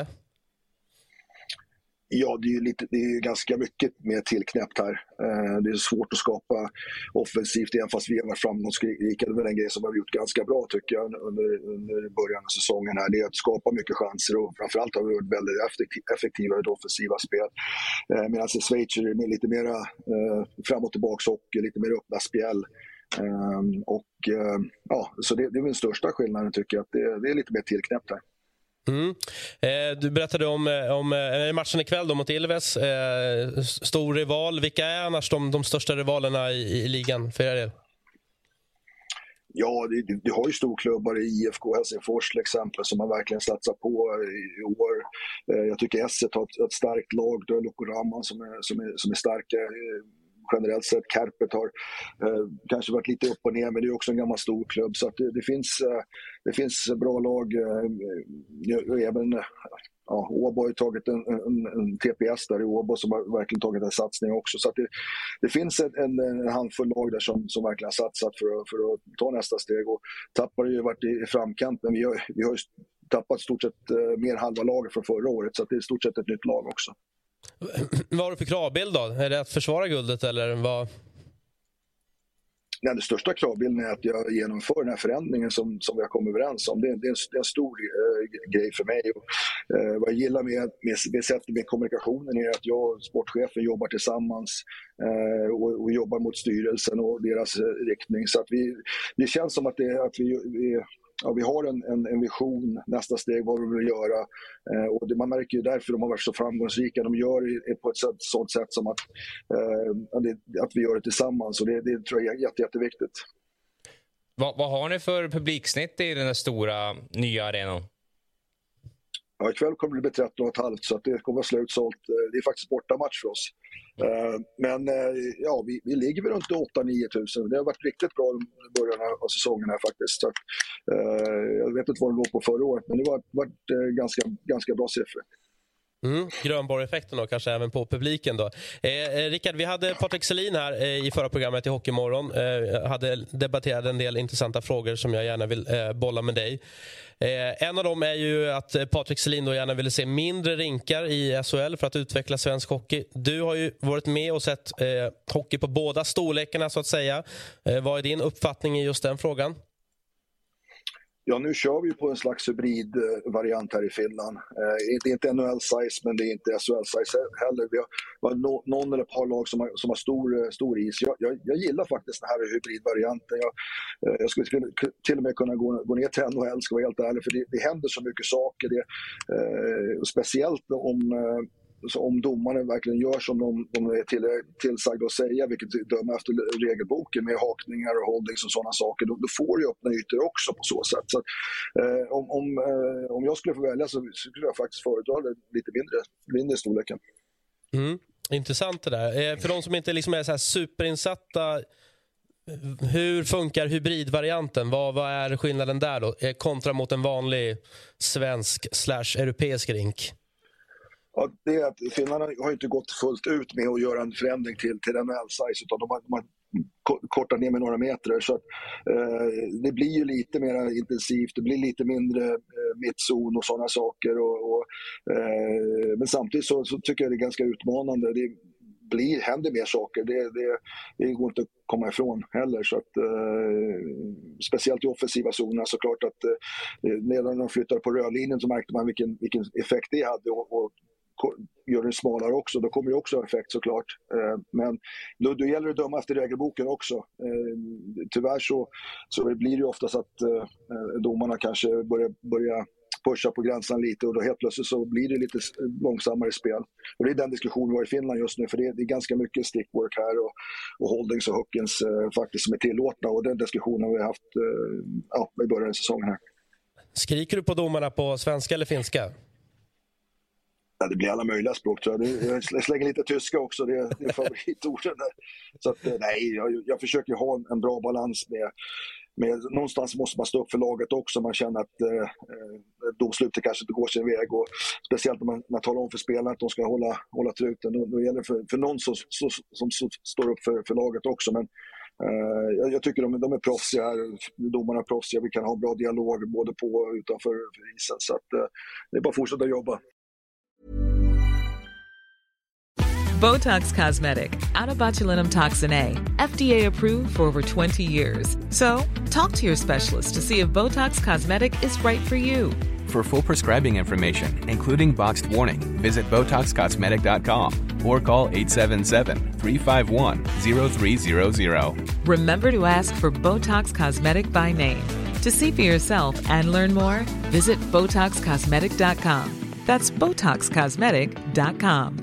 S14: Ja, det är ju lite, det är ju ganska mycket mer tillknäppt här. Eh, det är svårt att skapa offensivt, även fast vi har varit framgångsrika. Det är väl en grej som vi har gjort ganska bra tycker jag under, under början av säsongen här. Det är att skapa mycket chanser och framförallt har vi varit väldigt effektiva i det offensiva spel. Eh, medan i Schweiz är det lite mer eh, fram och tillbaka hockey, lite mer öppna spel. Eh, och eh, ja, så det, det är den största skillnaden tycker jag, att det, det är lite mer tillknäppt här.
S3: Mm. Eh, du berättade om, om eh, matchen ikväll då mot Ilves, eh, stor rival. Vilka är annars de, de största rivalerna i, i ligan för er del?
S14: Ja, det, det har ju storklubbar i I F K Helsingfors till exempel som man verkligen satsar på i år. Eh, jag tycker Esset har ett, ett starkt lag. Du har Lukko Raman som är, som är, som är starka eh, generellt sett. Kärpet har eh, kanske varit lite upp och ner, men det är också en gammal stor klubb. Så att det, det, finns, eh, det finns bra lag. Eh, även ja, Åbo har ju tagit en, en, en T P S där i Åbo som har verkligen tagit en satsning också. Så att det, det finns en, en, en handfull lag där som, som verkligen har satsat för att, för att ta nästa steg. Och Tappar har ju varit i, i framkant, men vi har, vi har ju tappat stort sett eh, mer halva laget från förra året. Så att det är stort sett ett nytt lag också.
S3: Vad har du för kravbild då? Är det att försvara guldet eller vad?
S14: Ja, den största kravbilden är att jag genomför den här förändringen som, som vi har kommit överens om. Det är, det är, en, det är en stor eh, grej för mig. Och, eh, vad jag gillar med, med, med sättet med kommunikationen är att jag och sportchefen jobbar tillsammans eh, och, och jobbar mot styrelsen och deras eh, riktning. Så att vi, det känns som att, det, att vi, vi Ja, vi har en, en, en vision, nästa steg, vad vi vill göra. Eh, och det, man märker ju därför de har varit så framgångsrika. De gör det på ett sätt, sådant sätt som att, eh, det, att vi gör det tillsammans. Och det, det tror jag är jätte, jätteviktigt.
S5: Vad, vad har ni för publiksnitt i den här stora nya arenan?
S14: Ja, ikväll kommer det bli tretton och ett halvt så att det kommer vara slutsålt. Det är faktiskt bortamatch för oss. Men ja, vi, vi ligger väl runt åtta till nio tusen. Det har varit riktigt bra i början av säsongen här faktiskt. Så att, jag vet inte vad det låg på förra året, men det har varit ganska, ganska bra siffror.
S3: Mm, Grönborg-effekten då, kanske även på publiken då. Eh, Rickard, vi hade Patrik Selin här eh, i förra programmet i Hockeymorgon. Eh, hade debatterat en del intressanta frågor som jag gärna vill eh, bolla med dig. Eh, en av dem är ju att eh, Patrik Selin då gärna ville se mindre rinkar i S H L för att utveckla svensk hockey. Du har ju varit med och sett eh, hockey på båda storlekarna så att säga. Eh, vad är din uppfattning i just den frågan?
S14: Ja, nu kör vi på en slags hybridvariant här i Finland. Eh, det är inte N H L-size, men det är inte S H L-size heller. Vi har, vi har no, någon eller ett par lag som har, som har stor, stor is. Jag, jag, jag gillar faktiskt den här hybridvarianten. Jag, eh, jag skulle till, till och med kunna gå, gå ner till N H L, ska vara helt ärlig, för det, det händer så mycket saker. Det, eh, speciellt om... Eh, Så om domarna verkligen gör som de, de är till, tillsagda att säga, vilket dömer efter regelboken med hakningar och holdings och sådana saker, då, då får ju öppna ytor också på så sätt. Så att, eh, om, om, eh, om jag skulle få välja så skulle jag faktiskt föredra det lite mindre, mindre storleken.
S3: Mm, intressant det där. Eh, för de som inte liksom är så här superinsatta, hur funkar hybridvarianten? Vad, vad är skillnaden där då? Eh, kontra mot en vanlig svensk slash europeisk rink?
S14: Ja, det är att finnarna har inte gått fullt ut med att göra en förändring till, till N H L-size, utan de har, de har kortat ner med några meter. Så att, eh, det blir ju lite mer intensivt, det blir lite mindre eh, mittzon och sådana saker. Och, och, eh, men samtidigt så, så tycker jag det är ganska utmanande. Det blir, händer mer saker, det, det, det går inte att komma ifrån heller. Så att, eh, speciellt i offensiva zonerna såklart att eh, när de flyttade på rödlinjen så märkte man vilken, vilken effekt det hade. Och, och gör den smalare också. Då kommer det också ha effekt såklart. Men då, då gäller det att döma efter regelboken också. Tyvärr så, så blir det oftast att domarna kanske börjar, börjar pusha på gränsen lite och då helt plötsligt så blir det lite långsammare spel. Och det är den diskussionen vi har i Finland just nu, för det är, det är ganska mycket stickwork här och, och holdings och hookings eh, faktiskt som är tillåtna, och den diskussionen vi har haft eh, ja, i början av säsongen här.
S3: Skriker du på domarna på svenska eller finska?
S14: Ja, det blir alla möjliga språk tror jag. Jag slänger lite tyska också, det är, det är favoritorden där. Så att, nej, jag, jag försöker ha en, en bra balans med Men någonstans måste man stå upp för laget också. Man känner att eh, domslutet kanske inte går sin väg. Och speciellt när man, man talar om för spelarna att de ska hålla, hålla truten. Då, då gäller det för, för någon som, så, som så, står upp för, för laget också. Men eh, jag, jag tycker de, de är proffsiga här. Domarna är proffsiga. Vi kan ha bra dialog både på och utanför isen. Så att, eh, det är bara att fortsätta jobba.
S15: Botox Cosmetic, out of botulinum toxin A, F D A approved for over twenty years. So, talk to your specialist to see if Botox Cosmetic is right for you.
S16: For full prescribing information, including boxed warning, visit Botox Cosmetic dot com or call eight seven seven, three five one, zero three zero zero.
S15: Remember to ask for Botox Cosmetic by name. To see for yourself and learn more, visit Botox Cosmetic dot com. That's Botox Cosmetic dot com.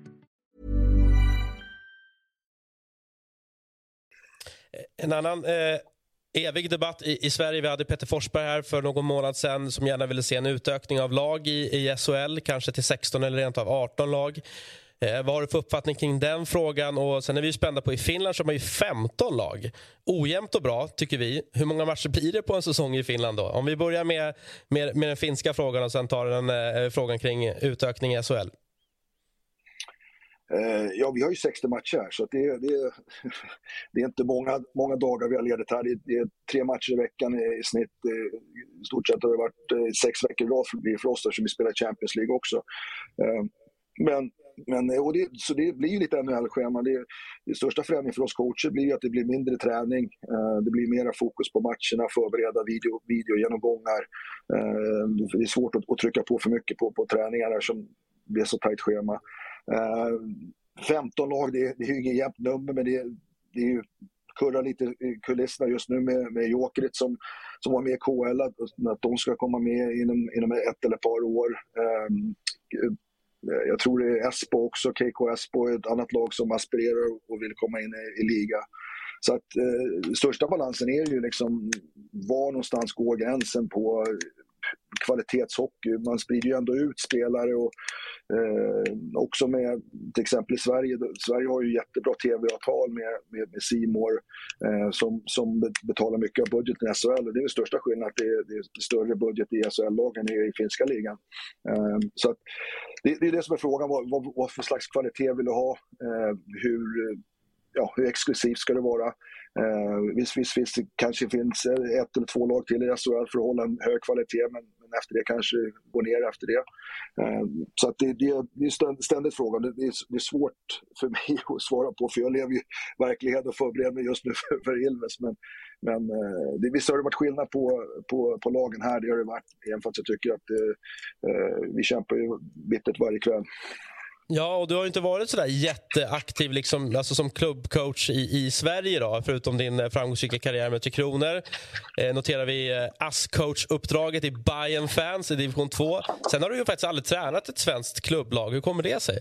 S3: En annan eh, evig debatt i, i Sverige. Vi hade Peter Forsberg här för någon månad sedan som gärna ville se en utökning av lag i, i S H L, kanske till sexton eller rent av arton lag. Eh, vad har du för uppfattning kring den frågan? Och sen är vi ju spända på i Finland som har ju femton lag. Ojämnt och bra tycker vi. Hur många matcher blir det på en säsong i Finland då? Om vi börjar med, med, med den finska frågan och sen tar den eh, frågan kring utökning i S H L.
S14: Ja, vi har ju sextio matcher här, så att det, det, det är inte många, många dagar vi har ledigt här. Det, det är tre matcher i veckan i snitt. I stort sett har det varit sex veckor i rad för oss där som vi spelar Champions League också. Men, men och det, så det blir ju lite N H L-schema. Det, det största förändringen för oss coacher blir att det blir mindre träning. Det blir mera fokus på matcherna, förbereda video, videogenomgångar. Det är svårt att, att trycka på för mycket på, på träningar som blir så tajt schema. Uh, femton lag, det är, det är ju ingen jämnt nummer, men det, det är ju kurrar lite i kulisserna just nu med, med Jokerit som, som var med i K L, att, att de ska komma med inom, inom ett eller ett par år. Um, jag tror det är Esbo också, K K Esbo är ett annat lag som aspirerar och vill komma in i, i liga. Så att uh, största balansen är ju liksom var någonstans går gränsen på kvalitetshockey. Man sprider ju ändå ut spelare och eh, också med till exempel i Sverige. Sverige har ju jättebra tv-avtal med, med, med C More eh, som, som betalar mycket av budgeten i S H L. Och det är den största skillnaden, det är, det är större budget i S H L-lagen än i finska ligan. Eh, så att det, det är det som är frågan, vad, vad, vad för slags kvalitet vill du ha? Eh, hur, ja, hur exklusivt ska det vara? Uh, visst, visst, visst kanske finns ett eller två lag till i S H L för att hålla en hög kvalitet, men, men efter det kanske går ner efter det. Uh, så att det, det, det är ständigt frågan. Det, det, är, det är svårt för mig att svara på, för jag lever ju verkligheten och förbereder mig just nu för, för Ilves. Men, men uh, det, visst har det varit skillnad på, på, på lagen här, det har det varit, även fast jag tycker att uh, vi kämpar ju bittert varje kväll.
S3: Ja, och du har ju inte varit sådär jätteaktiv liksom, alltså som klubbcoach i, i Sverige då, förutom din framgångsrika karriär med Tre Kronor. Eh, noterar vi eh, A S coach-uppdraget i Bayern Fans i division två. Sen har du ju faktiskt aldrig tränat ett svenskt klubblag. Hur kommer det sig?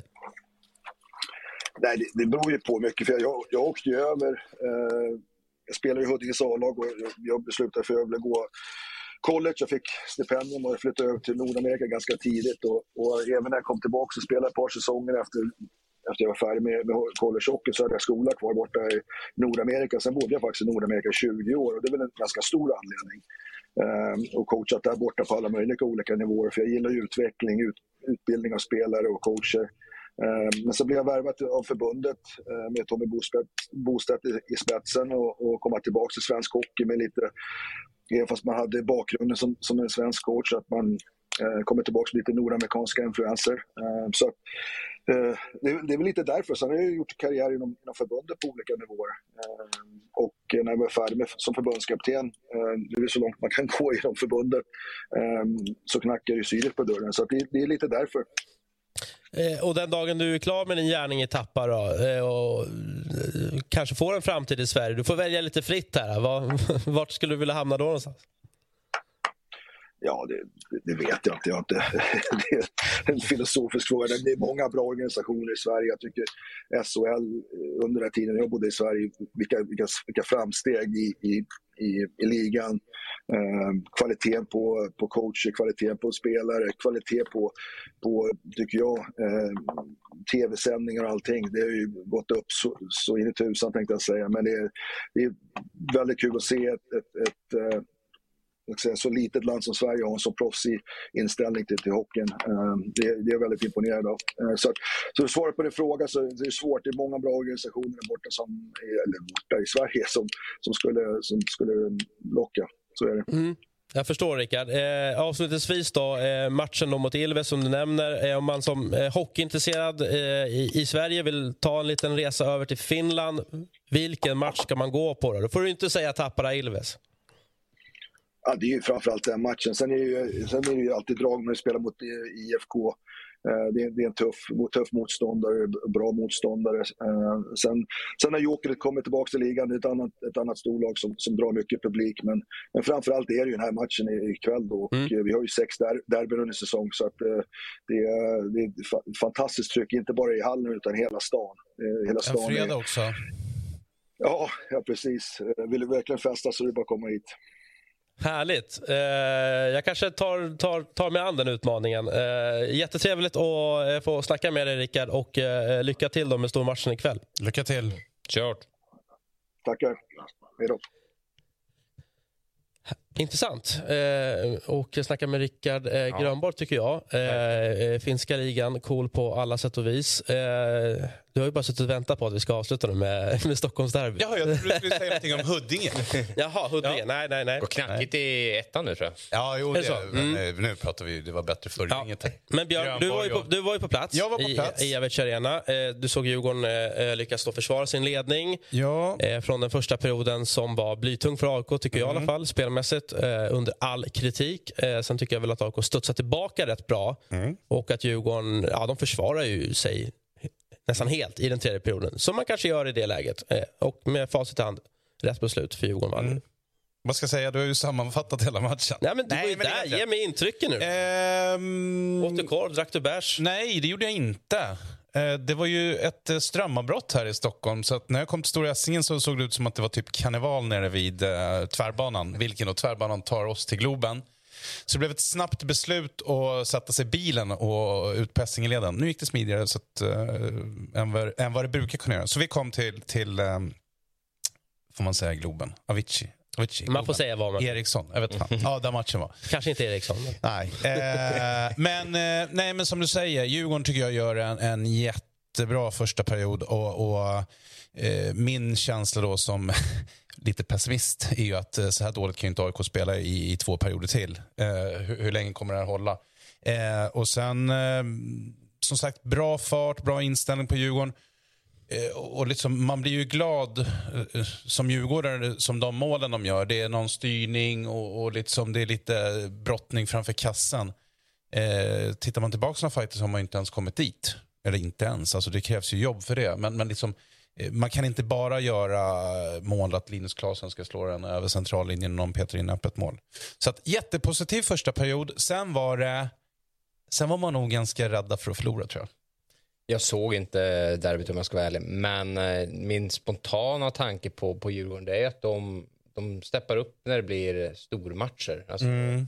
S14: Nej, det, det beror ju på mycket, för jag, jag åkte ju över. Eh, jag spelar i Huddinges A-lag och jag, jag beslutade för att jag ville gå college. Jag fick stipendium och flyttade över till Nordamerika ganska tidigt. Och, och även när jag kom tillbaka och spelade ett par säsonger efter, efter jag var färdig med, med college-hockey, så hade jag skola kvar borta i Nordamerika. Sen bodde jag faktiskt i Nordamerika i tjugo år, och det är väl en ganska stor anledning. Um, och coachat där borta på alla möjliga olika nivåer, för jag gillar ju utveckling, ut, utbildning av spelare och coacher. Um, men så blev jag värvat av förbundet uh, med Tommy Bostedt i, i spetsen och, och komma tillbaka till svensk hockey med lite, fast man hade bakgrunden som, som en svensk coach, att man eh, kommer tillbaka med lite nordamerikanska influenser. Eh, så eh, det, det är väl lite därför. Sen har jag gjort karriär inom, inom förbundet på olika nivåer. Eh, och när jag var färdig med, som förbundskapten, eh, det är så långt man kan gå inom förbundet, eh, så knackar ju syret på dörren. Så det, det är lite därför.
S3: Eh, och den dagen du är klar med din gärning i Tappa då, eh, och eh, kanske får en framtid i Sverige, du får välja lite fritt här. Var, vart skulle du vilja hamna då någonstans?
S14: Ja, det, det vet jag inte. Jag inte. Det är en filosofisk fråga. Det är många bra organisationer i Sverige. Jag tycker S H L under den här tiden jag bodde i Sverige, vilka, vilka, vilka framsteg i, i, i, i ligan. Eh, kvaliteten på, på coacher, kvaliteten på spelare, kvalitet på, på tycker jag, eh, tv-sändningar och allting. Det har ju gått upp så, så in i tusan tänkte jag säga. Men det är, det är väldigt kul att se ett, ett, ett, ett så litet land som Sverige har en så proffsig inställning till, till hockeyn. Det, det är väldigt imponerande av. Så, så svaret på din fråga, så det är svårt. Det är många bra organisationer borta, som, eller borta i Sverige som, som, skulle, som skulle locka. Så är det.
S3: Mm. Jag förstår, Rickard. Eh, avslutningsvis då, eh, matchen då mot Ilves som du nämner. Eh, om man som eh, hockeyintresserad eh, i, i Sverige vill ta en liten resa över till Finland, vilken match ska man gå på då? Då får du inte säga Tappara Ilves.
S14: Ja, det är ju framförallt den matchen. Sen är det ju, sen är det ju alltid drag när du spelar mot I F K. Det är, det är en tuff, tuff motståndare, bra motståndare. Sen, sen när Jokerit kommer tillbaka till ligan, det är ett annat, ett annat storlag som, som drar mycket publik. Men, men framförallt är det ju den här matchen ikväll då. Och mm. Vi har ju sex där, derbyn under säsong, så att det är, det är fantastiskt tryck, inte bara i hallen utan hela stan. Hela stan
S6: en fredag
S14: är,
S6: också.
S14: Ja, ja, precis. Vill du verkligen festa så är det bara att komma hit.
S3: Härligt. Eh, jag kanske tar, tar, tar med an den utmaningen. Eh, jättetrevligt att få snacka med dig, Rickard, och eh, lycka till då med stormatchen ikväll.
S6: Lycka till.
S5: Kört.
S14: Tackar. Hej då.
S3: Intressant. Eh, och jag snackar med Rickard eh, ja. Grönborg tycker jag. Eh, finska ligan, cool på alla sätt och vis. Eh, du har ju bara suttit och väntat på att vi ska avsluta nu med, med Stockholms derby.
S6: Ja, jag trodde du skulle säga någonting om Huddinge.
S3: Jaha, Huddinge.
S6: Ja.
S3: Nej, nej, nej.
S5: Och knackigt i ettan nu, tror jag.
S6: Ja, jo, det,
S3: mm.
S6: nu, nu pratar vi, det var bättre förr.
S3: Ja. Men Björn, du var, ju på, du var ju på plats,
S6: jag var på plats.
S3: i, i Average Arena. Eh, du såg Djurgården eh, lyckas då försvara sin ledning.
S6: Ja.
S3: Eh, från den första perioden som var blytung för A I K, tycker jag mm. i alla fall, spelmässigt. Eh, under all kritik. Eh, sen tycker jag väl att A I K studsar tillbaka rätt bra. Mm. Och att Djurgården, ja, de försvarar ju sig nästan helt i den tredje perioden. Som man kanske gör i det läget. Eh, och med facit i hand, rätt beslut för Djurgården vann. Mm.
S6: Vad ska jag säga? Du har ju sammanfattat hela matchen.
S3: Nej, men du
S6: nej,
S3: var ju
S6: men
S3: där. Ge mig intrycken nu.
S6: Ehm...
S3: Åt du korv, drack du bärs?
S6: Nej, det gjorde jag inte. Det var ju ett strömavbrott här i Stockholm, så att när jag kom till Stora Essingen så såg det ut som att det var typ karneval nere vid uh, tvärbanan, vilken då tvärbanan tar oss till Globen. Så det blev ett snabbt beslut att sätta sig i bilen och ut på Essingeleden. Nu gick det smidigare så att, uh, än, vad, än vad det brukar kunna göra. Så vi kom till, till um, får man säga Globen, Avicii. Avicii
S3: man får säga vad man...
S6: Eriksson, jag vet inte. Ja, där matchen var.
S3: Kanske inte Eriksson. Men...
S6: Nej. Eh, men, eh, nej, men som du säger, Djurgården tycker jag gör en, en jättebra första period. Och, och eh, min känsla då som lite pessimist är ju att eh, så här dåligt kan ju inte A I K spela i, i två perioder till. Eh, hur, hur länge kommer det här hålla? Eh, och sen, eh, som sagt, bra fart, bra inställning på Djurgården. Och liksom, man blir ju glad som djurgårdare som de målen de gör. Det är någon styrning och, och liksom, det är lite brottning framför kassan. Eh, tittar man tillbaka på fighter så har man inte ens kommit dit. Eller inte ens, alltså det krävs ju jobb för det. Men, men liksom, man kan inte bara göra mål att Linus Klasen ska slå den över centrallinjen och någon petar in öppet mål. Så att, jättepositiv första period. Sen var det, sen var man nog ganska rädda för att förlora, tror jag.
S5: Jag såg inte derbyt om jag ska vara ärlig, men eh, min spontana tanke på, på Djurgården det är att de, de steppar upp när det blir stormatcher. Alltså, mm.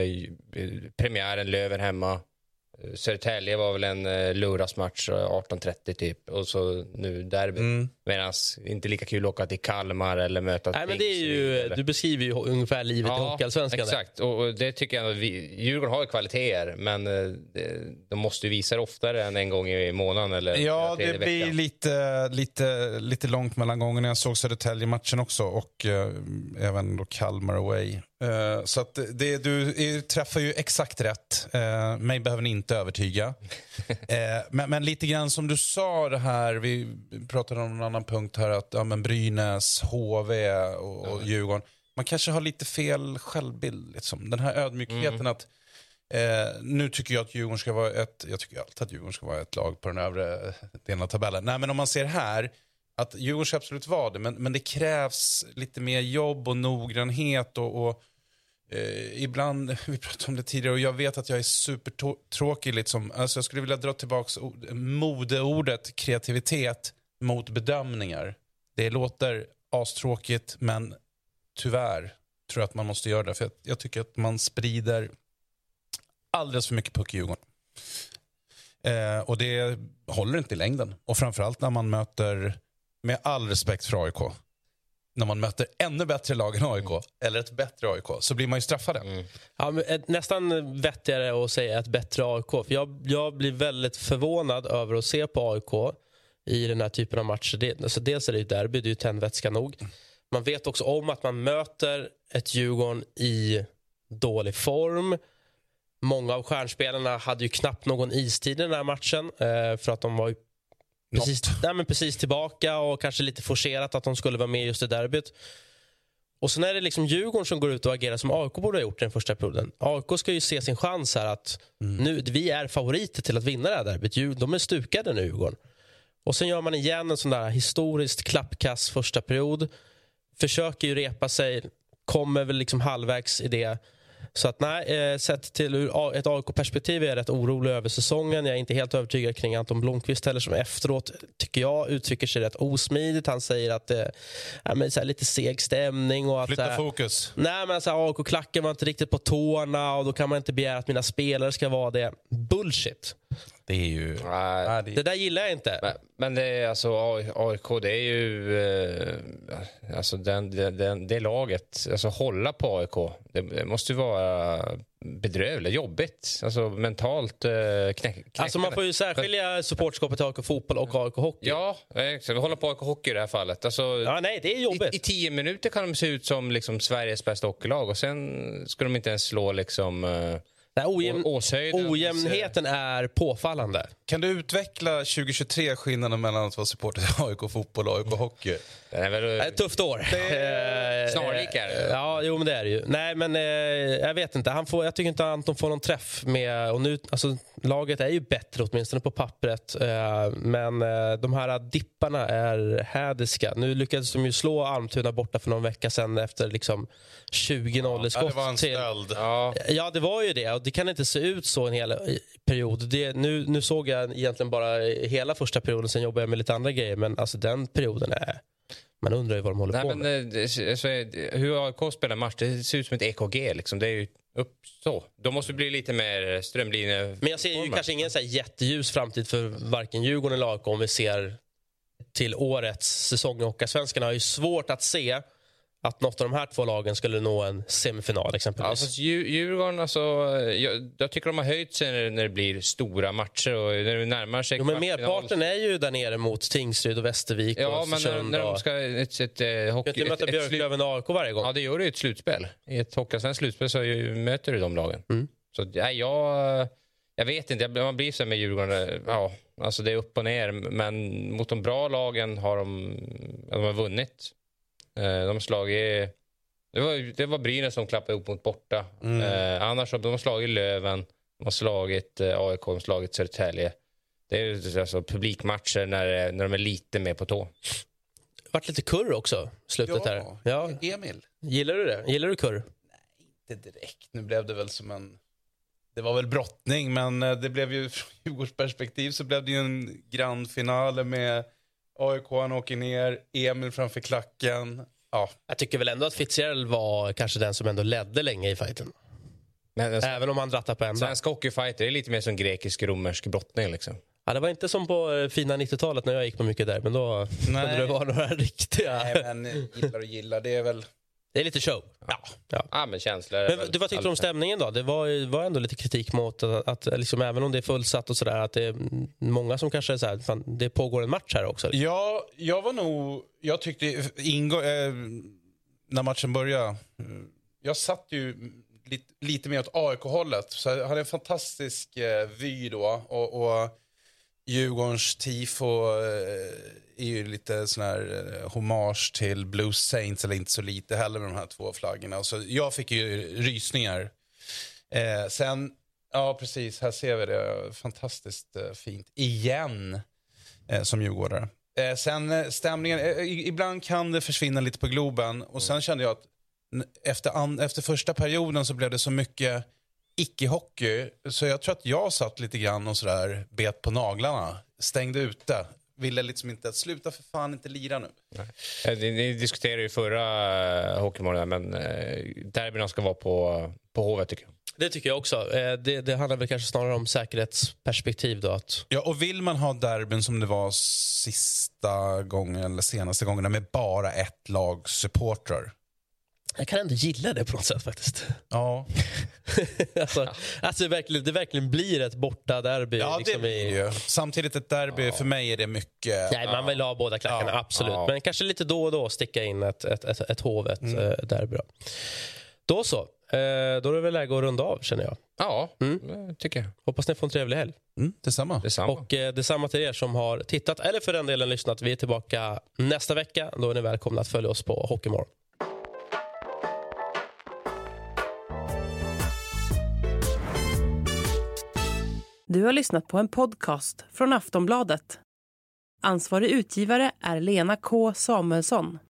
S5: Premiären, Löven hemma. Södertälje var väl en uh, lurasmatch arton trettio typ. Och så nu derby. Mm. Medan inte lika kul att åka till Kalmar eller möta...
S3: Nej, men det är ju, eller... Du beskriver ju ungefär livet ja, i Hockeyallsvenskan.
S5: Exakt, och, och det tycker jag vi, Djurgården har ju kvaliteter. Men uh, de måste ju visa det oftare än en gång i månaden. Eller
S6: ja, det blir veckan. lite, lite, lite långt mellan gångerna. Jag såg Södertälje-matchen också. Och uh, även då Kalmar away. Uh, så att det, du är, träffar ju exakt rätt. Uh, mig behöver ni inte övertyga. uh, men, men lite grann som du sa det här, vi pratade om en annan punkt här, att ja, men Brynäs, H V och, och Djurgården, man kanske har lite fel självbild liksom. Den här ödmjukheten mm. att Eh, nu tycker jag att Djurgården ska vara ett, jag tycker alltid att Djurgården ska vara ett lag på den övre delen av tabellen. Nej, men om man ser här att Djurgården ska absolut vara det, men, men det krävs lite mer jobb och noggrannhet och, och eh, ibland, vi pratade om det tidigare och jag vet att jag är supertråkig liksom. Alltså jag skulle vilja dra tillbaka modeordet kreativitet mot bedömningar. Det låter astråkigt, men tyvärr tror jag att man måste göra det, för jag, jag tycker att man sprider alldeles för mycket puck i Djurgården. Eh, och det håller inte i längden. Och framförallt när man möter, med all respekt för A I K, när man möter ännu bättre lag än A I K, mm. eller ett bättre A I K, så blir man ju straffade. Mm.
S3: Ja, men ett, nästan vettigare att säga ett bättre A I K. För jag, jag blir väldigt förvånad över att se på A I K i den här typen av matcher. Det, alltså dels är det ju derby, det är ju tändvätska nog. Man vet också om att man möter ett Djurgården i dålig form. Många av stjärnspelarna hade ju knappt någon istid i den här matchen eh, för att de var ju precis, nej, men precis tillbaka och kanske lite forcerat att de skulle vara med just i derbyt. Och sen är det liksom Djurgården som går ut och agerar som A I K borde ha gjort i den första perioden. A I K ska ju se sin chans här att mm. nu, vi är favoriter till att vinna det här derbyt. De är stukade nu, Djurgården. Och sen gör man igen en sån där historiskt klappkass första period. Försöker ju repa sig, kommer väl liksom halvvägs i det. Så att nej, eh, sett till ur ett A I K-perspektiv är jag rätt orolig över säsongen. Jag är inte helt övertygad kring Anton Blomqvist heller, som efteråt tycker jag uttrycker sig rätt osmidigt. Han säger att det eh, är så här lite seg stämning och att
S6: flytta
S3: eh,
S6: fokus.
S3: Nej, men så här, A I K-klacken var inte riktigt på tårna och då kan man inte begära att mina spelare ska vara det. Bullshit.
S6: Det är ju...
S5: Nej,
S3: det där gillar jag inte.
S5: Men, men det är alltså A I K, det är ju eh, alltså den, den, det laget, alltså hålla på A I K, det, det måste ju vara bedrövligt, jobbigt, alltså mentalt eh, knäck,
S3: Alltså man får ju särskilja supportskapet till A I K fotboll och A I K hockey.
S5: Ja, exakt. Vi håller på A I K hockey i det här fallet. Alltså,
S3: ja, nej, det är jobbigt.
S5: I, I tio minuter kan de se ut som liksom Sveriges bästa hockeylag och sen ska de inte ens slå liksom... Eh,
S3: Nej, ojämn, ojämnheten är påfallande.
S6: Kan du utveckla tjugo tjugotre skillnaden mellan att vara supporter till A I K fotboll och A I K hockey?
S5: Det är väl
S3: ett tufft år.
S5: Snarlikare.
S3: Ja, jo, men det är det ju. Nej, men eh, jag vet inte. Han får, jag tycker inte att Anton får någon träff med, och nu, alltså, laget är ju bättre åtminstone på pappret. Eh, men eh, de här dipparna är hädiska. Nu lyckades de ju slå Almtuna borta för någon vecka sedan efter liksom tjugo noll i skott.
S6: Ja, det var en stöld.
S3: Ja. ja, det var ju det. Och det kan inte se ut så en hel period. Det, nu, nu såg jag egentligen bara hela första perioden, sen jobbade jag med lite andra grejer. Men alltså den perioden är... Man undrar ju vad de håller
S5: Nej,
S3: på
S5: men,
S3: med.
S5: Det, så är, hur A I K spelar match, det ser ut som ett E K G. Liksom. Det är ju upp så. De måste bli lite mer strömlinje.
S3: Men jag ser ju kanske ingen så här jätteljus framtid för varken Djurgården eller A I K om vi ser till årets säsong. Och svenskarna har ju svårt att se att något av de här två lagen skulle nå en semifinal exempelvis.
S5: Alltså, Djurgården, alltså, jag, jag tycker de har höjt sig när, när det blir stora matcher och när det närmar sig.
S3: Jo, men merparten är ju där nere mot Tingsryd och Västervik.
S5: Ja,
S3: och
S5: men när, när de ska ett, ett, ett hockey...
S3: Du möter Björklöven och A I K varje gång.
S5: Ja, det gör du i ett slutspel. I ett hockeysvenskt slutspel så ju, möter du de lagen. Mm. Så ja, jag, jag vet inte, man blir så med Djurgården. Ja, alltså det är upp och ner. Men mot de bra lagen har de, de har vunnit. De har slagit, det var, det var Brynäs som klappade ihop mot borta. Mm. Eh, annars har de slagit Löven, de har slagit eh, A I K, de har slagit Södertälje. Det är alltså publikmatcher när, när de är lite mer på tå.
S3: Det varit lite kurr också, slutet
S6: ja,
S3: här. Ja,
S6: Emil.
S3: Gillar du det? Gillar du kurr?
S6: Nej, inte direkt. Nu blev det väl som en... Det var väl brottning, men det blev ju från Djurgårds perspektiv så blev det ju en grandfinale med... A I K han åker ner, Emil framför klacken. Ja.
S3: Jag tycker väl ändå att Fitzgerald var kanske den som ändå ledde länge i fighten. Men, alltså, även om han drattar på ända.
S5: Svenska hockeyfighter är lite mer som grekisk-romersk brottning liksom.
S3: Ja, det var inte som på fina nittiotalet när jag gick på mycket där, men då kunde det vara några riktiga...
S6: Nej, men gillar och gillar, det är väl...
S3: Det är lite show. Ja,
S5: ja. ja men känslor.
S3: Men du, vad tyckte du om stämningen då? Det var, var ändå lite kritik mot att, att liksom, även om det är fullsatt och sådär, att det är många som kanske är så här, fan, det pågår en match här också.
S6: Ja, jag var nog, jag tyckte ingå, eh, när matchen började, jag satt ju lite, lite mer åt A I K-hållet, så jag hade en fantastisk eh, vy då, och, och Djurgårdens tifo eh, är ju lite sån här eh, hommage till Blues Saints, eller inte så lite heller med de här två flaggorna. Så jag fick ju rysningar. Eh, sen Ja, precis. Här ser vi det. Fantastiskt eh, fint. Igen, eh, som djurgårdare. Eh, sen eh, stämningen, eh, ibland kan det försvinna lite på Globen. Och sen kände jag att n- efter, an- efter första perioden så blev det så mycket icke-hockey. Så jag tror att jag satt lite grann och sådär bet på naglarna. Stängde ute. Ville liksom inte, sluta för fan inte lira nu.
S5: Nej. Ni, ni diskuterade ju förra uh, hockeymorgonen, men uh, derbyna ska vara på, på Hovet tycker jag.
S3: Det tycker jag också. Eh, det, det handlar väl kanske snarare om säkerhetsperspektiv då. Att...
S6: Ja, och vill man ha derbyn som det var sista gången eller senaste gången med bara ett lag supportrar.
S3: Jag kan ändå gilla det på något sätt faktiskt.
S6: Ja.
S3: alltså, ja. alltså det, verkligen, det verkligen blir ett borta derby.
S6: Ja,
S3: liksom
S6: det blir
S3: i...
S6: ju. Samtidigt ett derby, ja. För mig är det mycket...
S3: Nej, man vill ha båda klackarna, ja. absolut. Ja. Men kanske lite då och då sticka in ett, ett, ett, ett hovet mm. eh, derby. Då. då så. Eh, då är det väl läge att runda av, känner jag.
S5: Ja, mm. tycker jag.
S3: Hoppas ni får en trevlig helg.
S6: Mm, detsamma.
S5: detsamma.
S3: Och eh, detsamma till er som har tittat, eller för den delen lyssnat. Vi är tillbaka nästa vecka. Då är ni välkomna att följa oss på Hockeymorgon.
S2: Du har lyssnat på en podcast från Aftonbladet. Ansvarig utgivare är Lena K. Samuelsson.